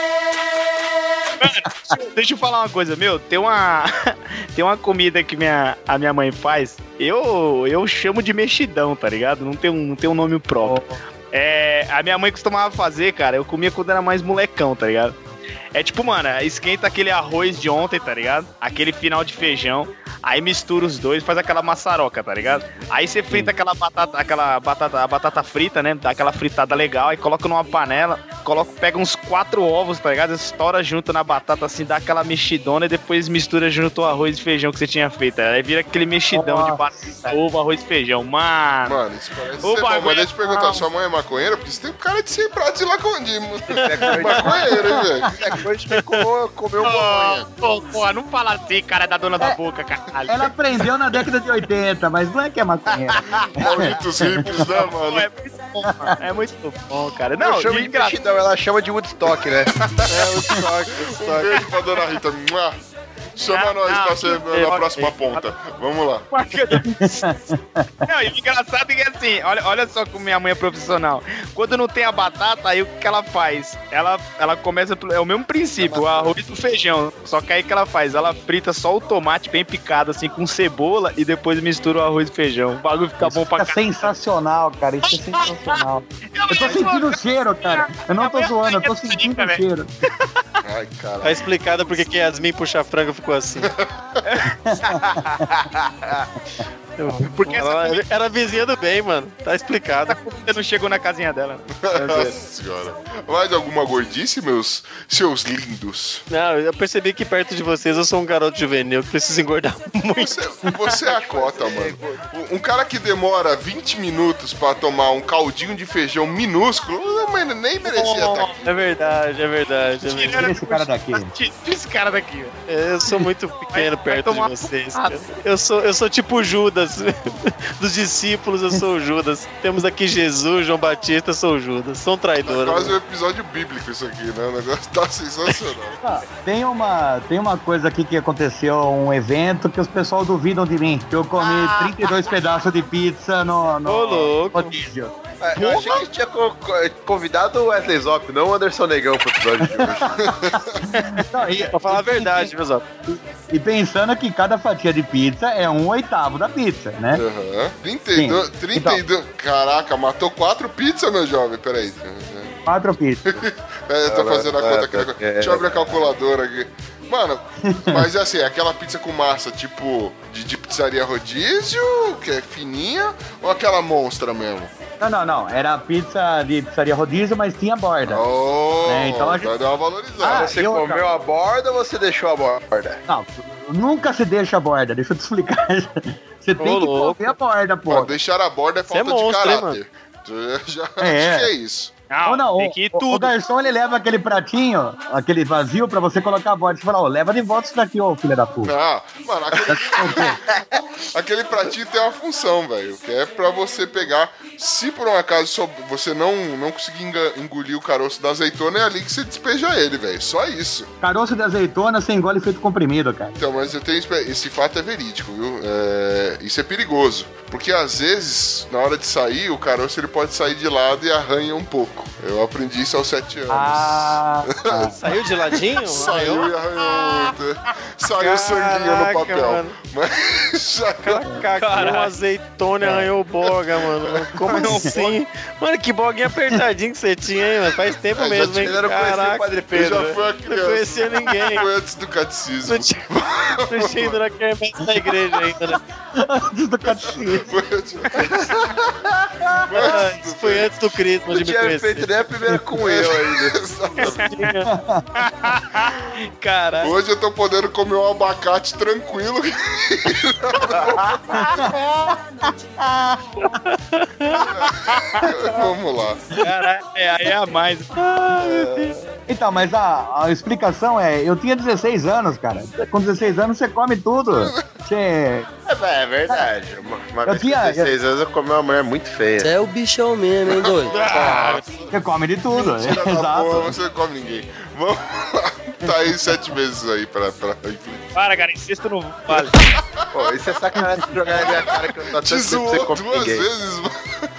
Mano, deixa eu falar uma coisa, tem uma comida que a minha mãe faz, eu chamo de mexidão, tá ligado? Não tem um nome próprio. A minha mãe costumava fazer, cara, eu comia quando era mais molecão, tá ligado? É tipo, mano, esquenta aquele arroz de ontem, tá ligado? Aquele final de feijão. Aí mistura os dois, faz aquela maçaroca, tá ligado? Aí você frita a batata frita, né? Dá aquela fritada legal, aí coloca numa panela, pega uns 4 ovos, tá ligado? Estoura junto na batata, assim, dá aquela mexidona e depois mistura junto o arroz e feijão que você tinha feito. Aí vira aquele mexidão de batata, ovo, arroz e feijão. Mano, isso parece ser bom, mas deixa eu te perguntar, sua mãe é maconheira? Porque você tem cara de ser prato de laconde, maconheiro, hein, velho? É coisa de comer um maconha. Porra, não fala assim, cara, da dona da boca, cara. Ela aprendeu na década de 80, mas não é que é maconheira. Malditos hippies, né, mano? É muito bom, cara. Não, Não, chama de mexidão, ela chama de Woodstock, né? Woodstock. Um beijo pra dona Rita. Chama nós pra ser na próxima ponta. Vamos lá. Não, e o engraçado é que assim, olha só como minha mãe é profissional. Quando não tem a batata, aí o que ela faz? Ela começa, é o mesmo princípio, o arroz e o feijão. Só que aí o que ela faz? Ela frita só o tomate bem picado, assim, com cebola e depois mistura o arroz e feijão. O bagulho fica bom pra caralho. Sensacional, cara. Isso é sensacional. Eu tô sentindo o cheiro, cara. Eu não tô zoando, eu tô sentindo o cheiro. Ai, cara. Tá explicado porque que Yasmin puxa frango ficou assim. Porque ela era vizinha do bem, mano. Tá explicado. Você não chegou na casinha dela. Nossa senhora. Mais alguma gordice, seus lindos? Não, eu percebi que perto de vocês eu sou um garoto juvenil que precisa engordar muito. Você é a cota, mano. Um cara que demora 20 minutos pra tomar um caldinho de feijão minúsculo, nem merecia estar aqui. É verdade. Tira esse cara daqui. Tira esse cara daqui. Eu sou muito pequeno perto de vocês. Eu sou tipo Judas. Dos discípulos, eu sou o Judas. Temos aqui Jesus, João Batista, eu sou o Judas. Sou um traidor. É quase um episódio bíblico isso aqui, né? O negócio tá sensacional. Tem uma coisa aqui que aconteceu, um evento que os pessoal duvidam de mim. Que eu comi 32 pedaços de pizza no rodízio. Eu achei que tinha convidado o Wesley Zop, não o Anderson Negão pro episódio de hoje. Pra falar a verdade, meu Zop. E pensando que cada fatia de pizza é 1/8 da pizza, né? 32. Então. Caraca, matou 4 pizzas, meu jovem. Peraí. 4 pizzas. Eu tô fazendo a conta aqui. Deixa eu abrir a calculadora aqui. Mano, mas é assim, aquela pizza com massa, tipo, de pizzaria rodízio, que é fininha, ou aquela monstra mesmo? Não. Era pizza de pizzaria rodízio, mas tinha borda. Então a gente deu uma valorizada. Você comeu a borda ou você deixou a borda? Não, nunca se deixa a borda, deixa eu te explicar. Você tem que comer a borda, pô. Deixar a borda é falta de caráter. Já acho que é isso. Não, o garçom, ele leva aquele pratinho, aquele vazio, pra você colocar a borda. Você fala, leva de volta isso daqui, filho da puta. Mano, aquele pratinho tem uma função, velho, que é pra você pegar, se por um acaso você não conseguir engolir o caroço da azeitona, é ali que você despeja ele, velho, só isso. Caroço de azeitona, você engole feito comprimido, cara. Então, mas esse fato é verídico, viu? Isso é perigoso, porque às vezes, na hora de sair, o caroço ele pode sair de lado e arranha um pouco. boco. Eu aprendi isso aos 7 anos. Saiu de ladinho? Saiu e arranhou. Saiu sanguinho no papel. Mano. Mas Cacou uma azeitona e arranhou boga, mano. Como assim? Mano, que boguinha apertadinho que você tinha, hein, mano? Faz tempo mesmo, hein? Caraca, o Padre Pedro. eu já fui a criança. Não conhecia ninguém. Foi antes do catecismo. Não tinha ido na quermesse da igreja ainda, né? Antes do catecismo. Foi antes do catecismo. Isso foi antes do Cristo, de Não me tinha conhecer. feito nem a primeira comunhão ainda. Caralho. Hoje eu tô podendo comer um abacate tranquilo. Vamos lá. Caralho, aí é a mais. Então, mas a explicação é, eu tinha 16 anos, cara. Com 16 anos você come tudo. Você... É verdade. Uma vez com tinha- 16 anos eu comi uma mulher muito feia. Você é o bichão mesmo, hein, doido? Você come de tudo. Tira da porra, Exato. você não come ninguém. Vamos lá. Tá aí 7 meses aí pra enfim. Para, cara, incesto não vale. Pô, isso é sacanagem de jogar na minha cara que eu não tô Te tanto tempo que você zoou come 2 ninguém. vezes, mano.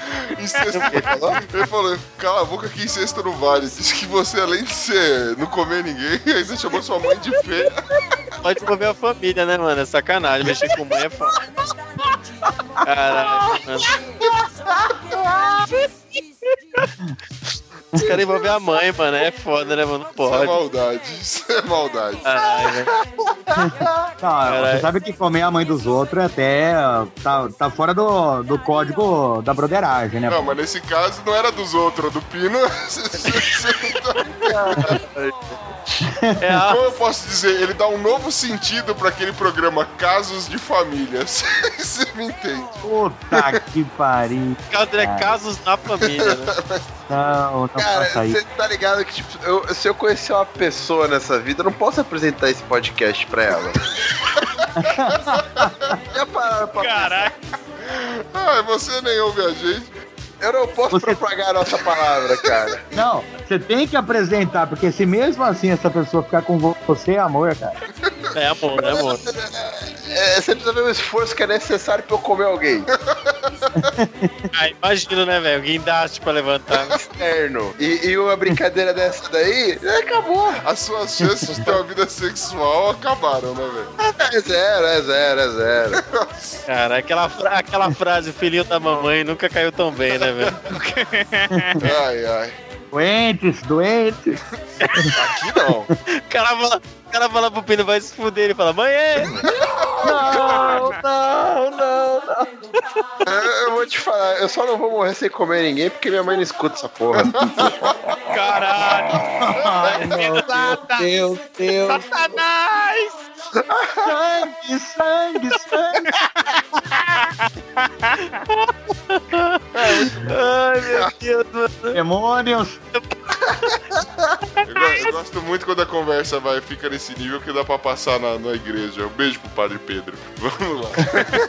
Ele falou, cala a boca que incesto não vale. Disse que você, além de ser não comer ninguém, ainda chamou sua mãe de feia. Pode mover a família, né, mano? É sacanagem. Mexer com mãe é foda. Caralho, mano. Os caras envolvem a mãe, mano. É foda, né, mano? Isso é Pode. maldade. Isso é maldade. Caralho, velho. Não, você sabe que comer a mãe dos outros até tá fora do código da broderagem, né? Não, mas nesse caso não era dos outros, do Pino. É a... Como eu posso dizer? Ele dá um novo sentido pra aquele programa Casos de Família. Você me entende? Puta que pariu. Casos na família, né? Não Cara, faça você isso. tá ligado que, tipo, se eu conhecer uma pessoa nessa vida, eu não posso apresentar esse podcast pra ela. Já pararam pra Caraca. Ah, você nem ouve a gente. Eu não posso Você- propagar a nossa palavra, cara. Não, você tem que apresentar, porque se mesmo assim essa pessoa ficar com você, é amor, cara. É amor, é amor. Você precisa ver o esforço que é necessário pra eu comer alguém. Ah, imagino, né, velho? Guindaste pra levantar. Externo. E uma brincadeira dessa daí, acabou. As suas chances de ter uma vida sexual acabaram, né, velho? É zero. Cara, aquela frase, filhinho da mamãe, nunca caiu tão bem, né, velho? Ai. Doentes. Aqui não. O cara fala pro Pino, vai se fuder, ele fala, mãe, Não. Eu vou te falar, eu só não vou morrer sem comer ninguém porque minha mãe não escuta essa porra. Caralho. Ai, meu Deus. Satanás. Sangue. ai, meu Deus, mano. Demônios. Eu gosto muito quando a conversa fica nesse nível que dá pra passar na igreja. Um beijo pro Padre Pedro. Vamos lá.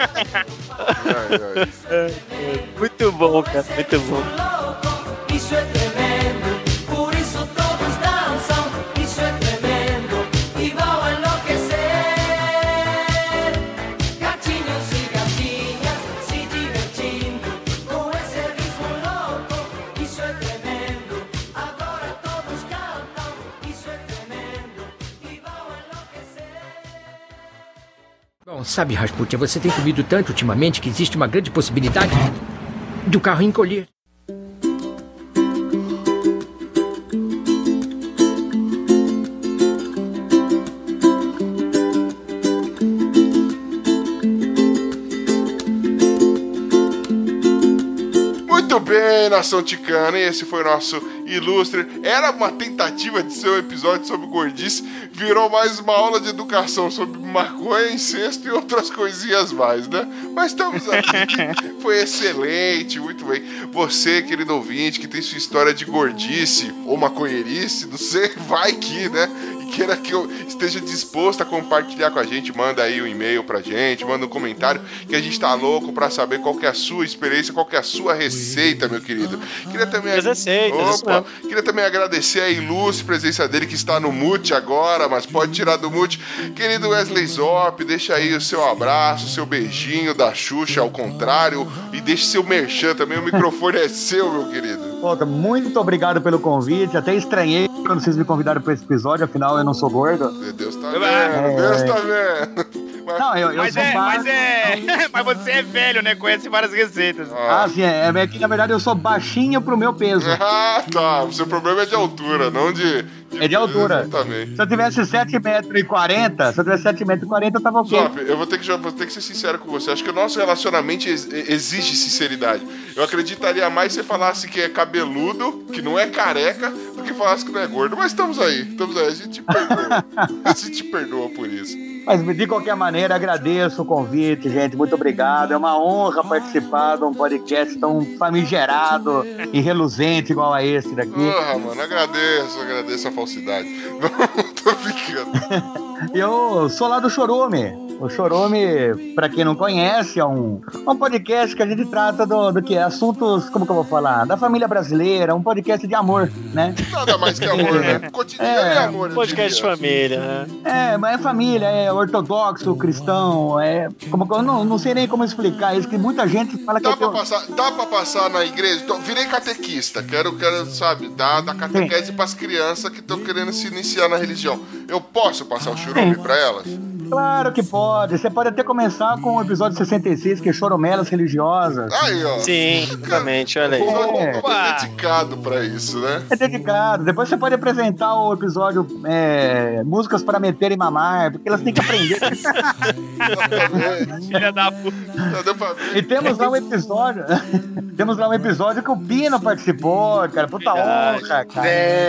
Ai. Muito bom, cara, muito bom. Isso é tremendo, por isso todos dançam. Isso é tremendo e vão enlouquecer. Gatinhos e gatinhas se divertindo com esse ritmo louco. Isso é tremendo, agora todos cantam. Isso é tremendo e vão enlouquecer. Bom, sabe, Rasputin, você tem comido tanto ultimamente que existe uma grande possibilidade do carro encolher. Muito bem, nação ticana, e esse foi o nosso ilustre. Era uma tentativa de ser um episódio sobre gordice, virou mais uma aula de educação sobre maconha, incesto e outras coisinhas mais, né? Mas estamos aqui, foi excelente, muito bem. Você, querido ouvinte, que tem sua história de gordice ou maconheirice, não sei, vai que, né? E queira que eu esteja disposto a compartilhar com a gente, manda aí um e-mail pra gente, manda um comentário, que a gente tá louco pra saber qual que é a sua experiência, qual que é a sua receita, meu querido. Queria também... As receitas, isso mesmo. Queria também agradecer a ilustre presença dele, que está no mute agora, mas pode tirar do mute. Querido Wesley Zop, deixa aí o seu abraço, o seu beijinho da Xuxa ao contrário, e deixe seu merchan também, o microfone é seu, meu querido. Pô, muito obrigado pelo convite. Até estranhei quando vocês me convidaram para esse episódio, afinal eu não sou gordo. Deus tá vendo, Deus tá vendo. Não, eu sou mas você é velho, né? Conhece várias receitas. sim, é que na verdade eu sou baixinho pro meu peso. Ah, tá. O seu problema é de altura, não de É de altura. Exatamente. Se eu tivesse 7,40 m, eu tava ok. Zop, eu vou ter que ser sincero com você. Acho que o nosso relacionamento exige sinceridade. Eu acreditaria mais se você falasse que é cabeludo, que não é careca, do que falasse que não é gordo. Mas estamos aí. A gente te perdoa. A gente te perdoa por isso. Mas de qualquer maneira, agradeço o convite, gente. Muito obrigado. É uma honra participar de um podcast tão famigerado e reluzente igual a esse daqui. Porra, mano, agradeço a falsidade. Tô brincando. Eu sou lá do Chorume. O Chorume, pra quem não conhece, é um podcast que a gente trata do que? Assuntos, como que eu vou falar? Da família brasileira, um podcast de amor, né? Nada mais que amor, né? Cotidiano é amor. Podcast de família, né? Mas é família, é ortodoxo, cristão, como que eu não sei nem como explicar isso, que muita gente fala que... Dá pra passar na igreja? Virei catequista, quero, sabe, dar catequese pras crianças que estão querendo se iniciar na religião. Eu posso passar o Chorume pra elas? Claro que pode. Você pode até começar com o episódio 66, que é Choromelas Religiosas. Aí, ó. Sim, exatamente, olha aí. É dedicado pra isso, né? É dedicado. Depois você pode apresentar o episódio Músicas para Meter e Mamar, porque elas têm que aprender. Filha da puta. E temos lá um episódio... Temos lá um episódio que o Pino participou, cara. Puta honra, cara.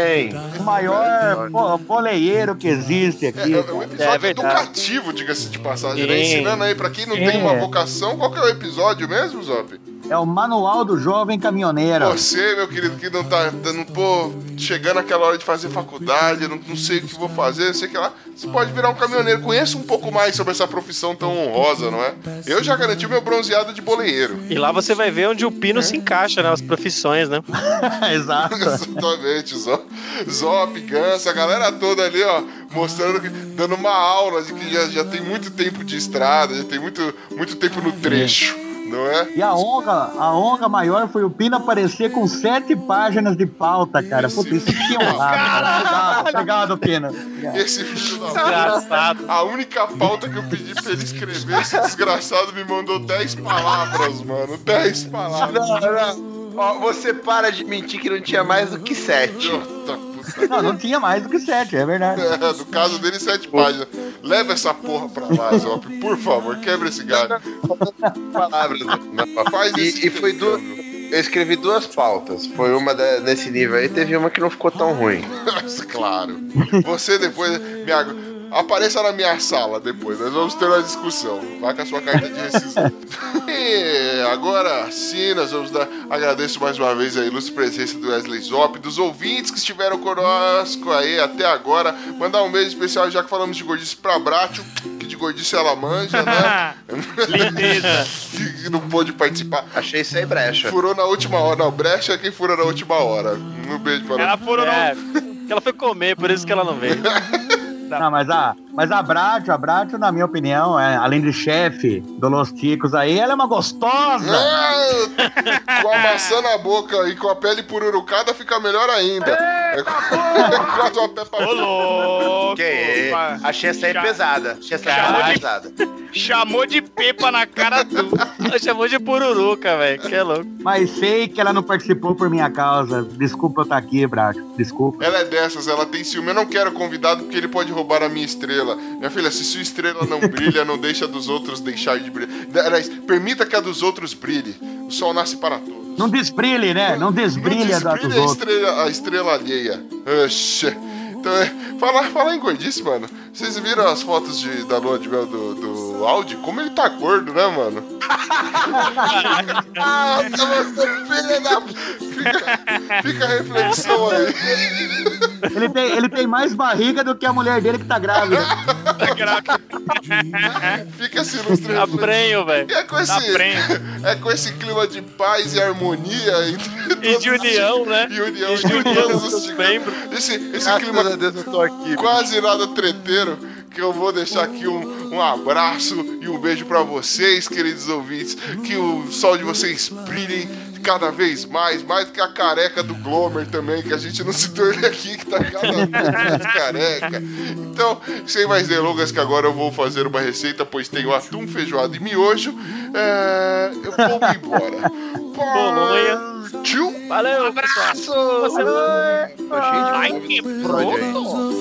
O maior boleieiro que existe aqui. É um episódio educativo, diga-se de passagem, né? Ensinando aí pra quem não tem uma vocação. Qual que é o episódio mesmo, Zop? É o Manual do Jovem Caminhoneiro. Você, meu querido, que não tá chegando aquela hora de fazer faculdade, não sei o que vou fazer, não sei o que lá. Você pode virar um caminhoneiro. Conheça um pouco mais sobre essa profissão tão honrosa, não é? Eu já garanti o meu bronzeado de boleieiro. E lá você vai ver onde o Pino se encaixa nas profissões, né? Exato. Exatamente. Zop, Ganso, a galera toda ali, ó, mostrando, dando uma aula de que já tem muito tempo de estrada, já tem muito tempo no trecho. Não é? E a honra maior foi o Pino aparecer com 7 páginas de pauta, cara. Puta, isso que honrado. Obrigado, Pino. Esse filho da desgraçado. A única pauta que eu pedi pra ele escrever, esse desgraçado me mandou 10 palavras, mano. 10 palavras. Não. Ó, você para de mentir que não tinha mais do que 7. Não tinha mais do que 7, é verdade. No caso dele, 7 páginas. Leva essa porra pra lá, Zop. Por favor, quebra esse galho. Palavras. Faz e foi eu escrevi 2 pautas. Foi uma nesse nível aí, teve uma que não ficou tão ruim. Claro. Você depois... Apareça na minha sala depois, nós vamos ter uma discussão. Vai com a sua carta de rescisão. E agora sim, nós vamos agradeço mais uma vez a ilustre presença do Wesley Zop, dos ouvintes que estiveram conosco aí até agora. Mandar um beijo especial, já que falamos de gordice pra Bratio, que de gordice ela manja, né? Lindeza. Que não pôde participar. Achei isso aí brecha. Furou na última hora. Não, brecha é quem fura na última hora. Um beijo pra ela. Ela furou ela foi comer, por isso que ela não veio. Não, mas a Bratio, na minha opinião, além de chefe do Los Ticos aí, ela é uma gostosa. Com a maçã na boca e com a pele pururucada fica melhor ainda. Quase uma Peppa Pig. Que achei essa aí pesada. Chamou de pepa na cara do... Chamou de pururuca, velho. Que é louco. Mas sei que ela não participou por minha causa. Desculpa eu estar aqui, Bratio. Desculpa. Ela é dessas, ela tem ciúme. Eu não quero convidado porque ele pode roubar a minha estrela. Minha filha, se sua estrela não brilha, não deixa dos outros deixar de brilhar. Aliás, permita que a dos outros brilhe. O sol nasce para todos. Não desbrilhe, né? Não desbrilha da dos outros. A estrela alheia. Oxê. Então, falar em gordice, mano. Vocês viram as fotos da lua de mel do Audi? Como ele tá gordo, né, mano? Filha da... Fica a reflexão aí. Ele tem mais barriga do que a mulher dele que tá grávida. Fica esse ilustre Aprenho, velho. E é com esse clima de paz e harmonia e de união, né? E união de todos os membros. Esse clima Deus, eu tô aqui, quase nada treteiro, que eu vou deixar aqui um abraço e um beijo pra vocês, queridos ouvintes. Que o sol de vocês brilhe, cada vez mais que a careca do Glomer também, que a gente não citou ele aqui, que tá cada vez mais careca. Então, sem mais delongas, que agora eu vou fazer uma receita, pois tenho atum, feijoada e miojo. Eu vou me embora. Partiu! Valeu, abraço! Ai, que pronto!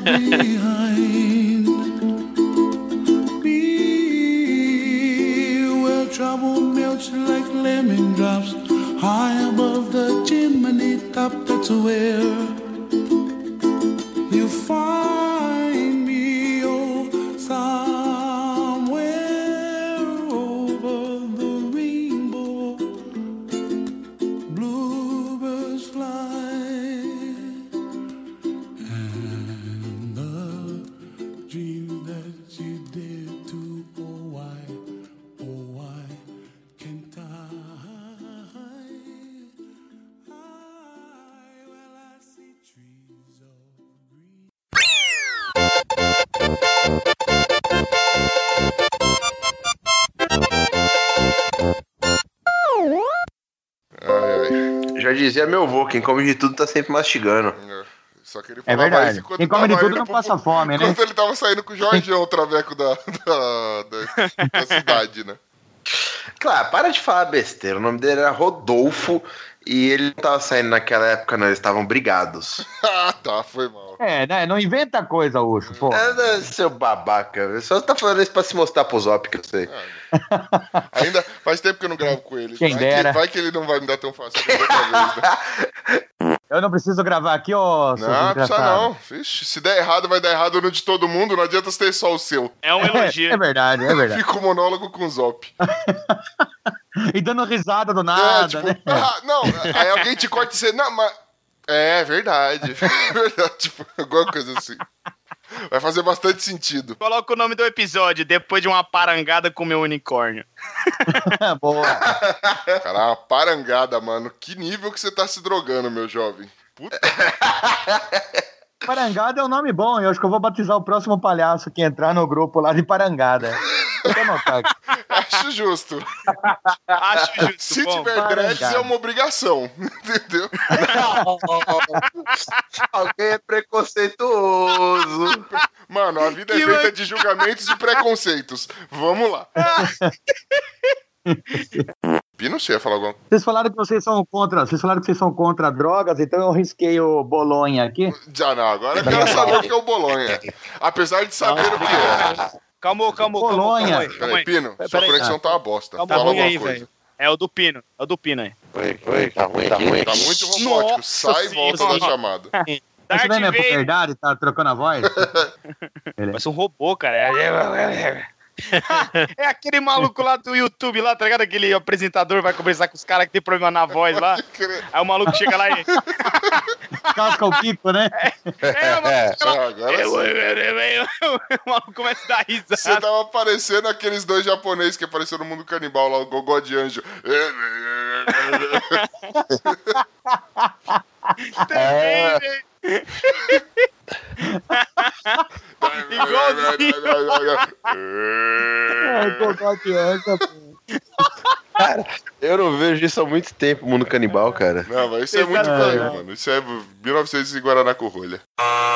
Trouble melts like lemon drops high above the chimney top. That's where you find me, oh, somewhere over the rainbow. Bluebirds fly and the dream that you did to, oh, why can't I? Well, I see trees of green. Já dizia meu avô, quem come de tudo tá sempre mastigando. Só que ele É falava verdade. isso enquanto Quem come de tava tudo indo não passa fome, né? Enquanto ele tava saindo com o Jorgeão, o traveco da cidade, né? Claro, para de falar besteira. O nome dele era Rodolfo e ele não tava saindo naquela época, não. Eles estavam brigados. Ah, tá, foi mal. Né? Não inventa coisa, Ucho, pô. Seu babaca. Só tá falando isso pra se mostrar pro Zop, que eu sei. Ainda faz tempo que eu não gravo com ele. Quem dera. Vai que ele não vai me dar tão fácil outra vez, né? Eu não preciso gravar aqui, ó. Não, precisa não. Vixe, se der errado, vai dar errado no de todo mundo. Não adianta ter só o seu. É um elogio. É verdade. Fica o monólogo com o Zop. E dando risada do nada, tipo, né? Não, aí alguém te corta e você... Não, mas... É verdade. Tipo, alguma coisa assim. Vai fazer bastante sentido. Coloca o nome do episódio, depois de uma parangada com meu unicórnio. Boa. Cara, uma parangada, mano. Que nível que você tá se drogando, meu jovem. Puta. Parangada é um nome bom. Eu acho que eu vou batizar o próximo palhaço que entrar no grupo lá de Parangada. Vou anotar aqui. Acho justo. Acho justo. Se bom. tiver dreads, é uma obrigação. Entendeu? Alguém é preconceituoso. Mano, a vida é feita de julgamentos e preconceitos. Vamos lá. Pino, você ia falar alguma coisa? Vocês falaram que vocês são contra drogas, então eu risquei o Bolonha aqui. Já não, agora eu quero saber o que é o Bolonha. Apesar de saber o que é. Calma. Bolonha. Peraí, Pino, sua conexão tá uma bosta. Calma, Fala ruim alguma aí, coisa. velho. É o do Pino aí. Oi, tá ruim. Tá muito robótico. Sai e volta da chamada. Você não é minha puberdade? Tá trocando a voz? Parece um robô, cara. É aquele maluco lá do YouTube lá, tá ligado? Aquele apresentador vai conversar com os caras que tem problema na voz lá. Aí o maluco chega lá e... Casca o pico, né? Agora o maluco começa a dar risada. você tava parecendo aqueles dois japoneses que apareceram no Mundo Canibal lá, o Gogó de Anjo. Cara, eu não vejo isso há muito tempo, Mundo Canibal, cara. Não, mas isso é muito velho, mano. Isso é 1900 e Guaraná com rolha.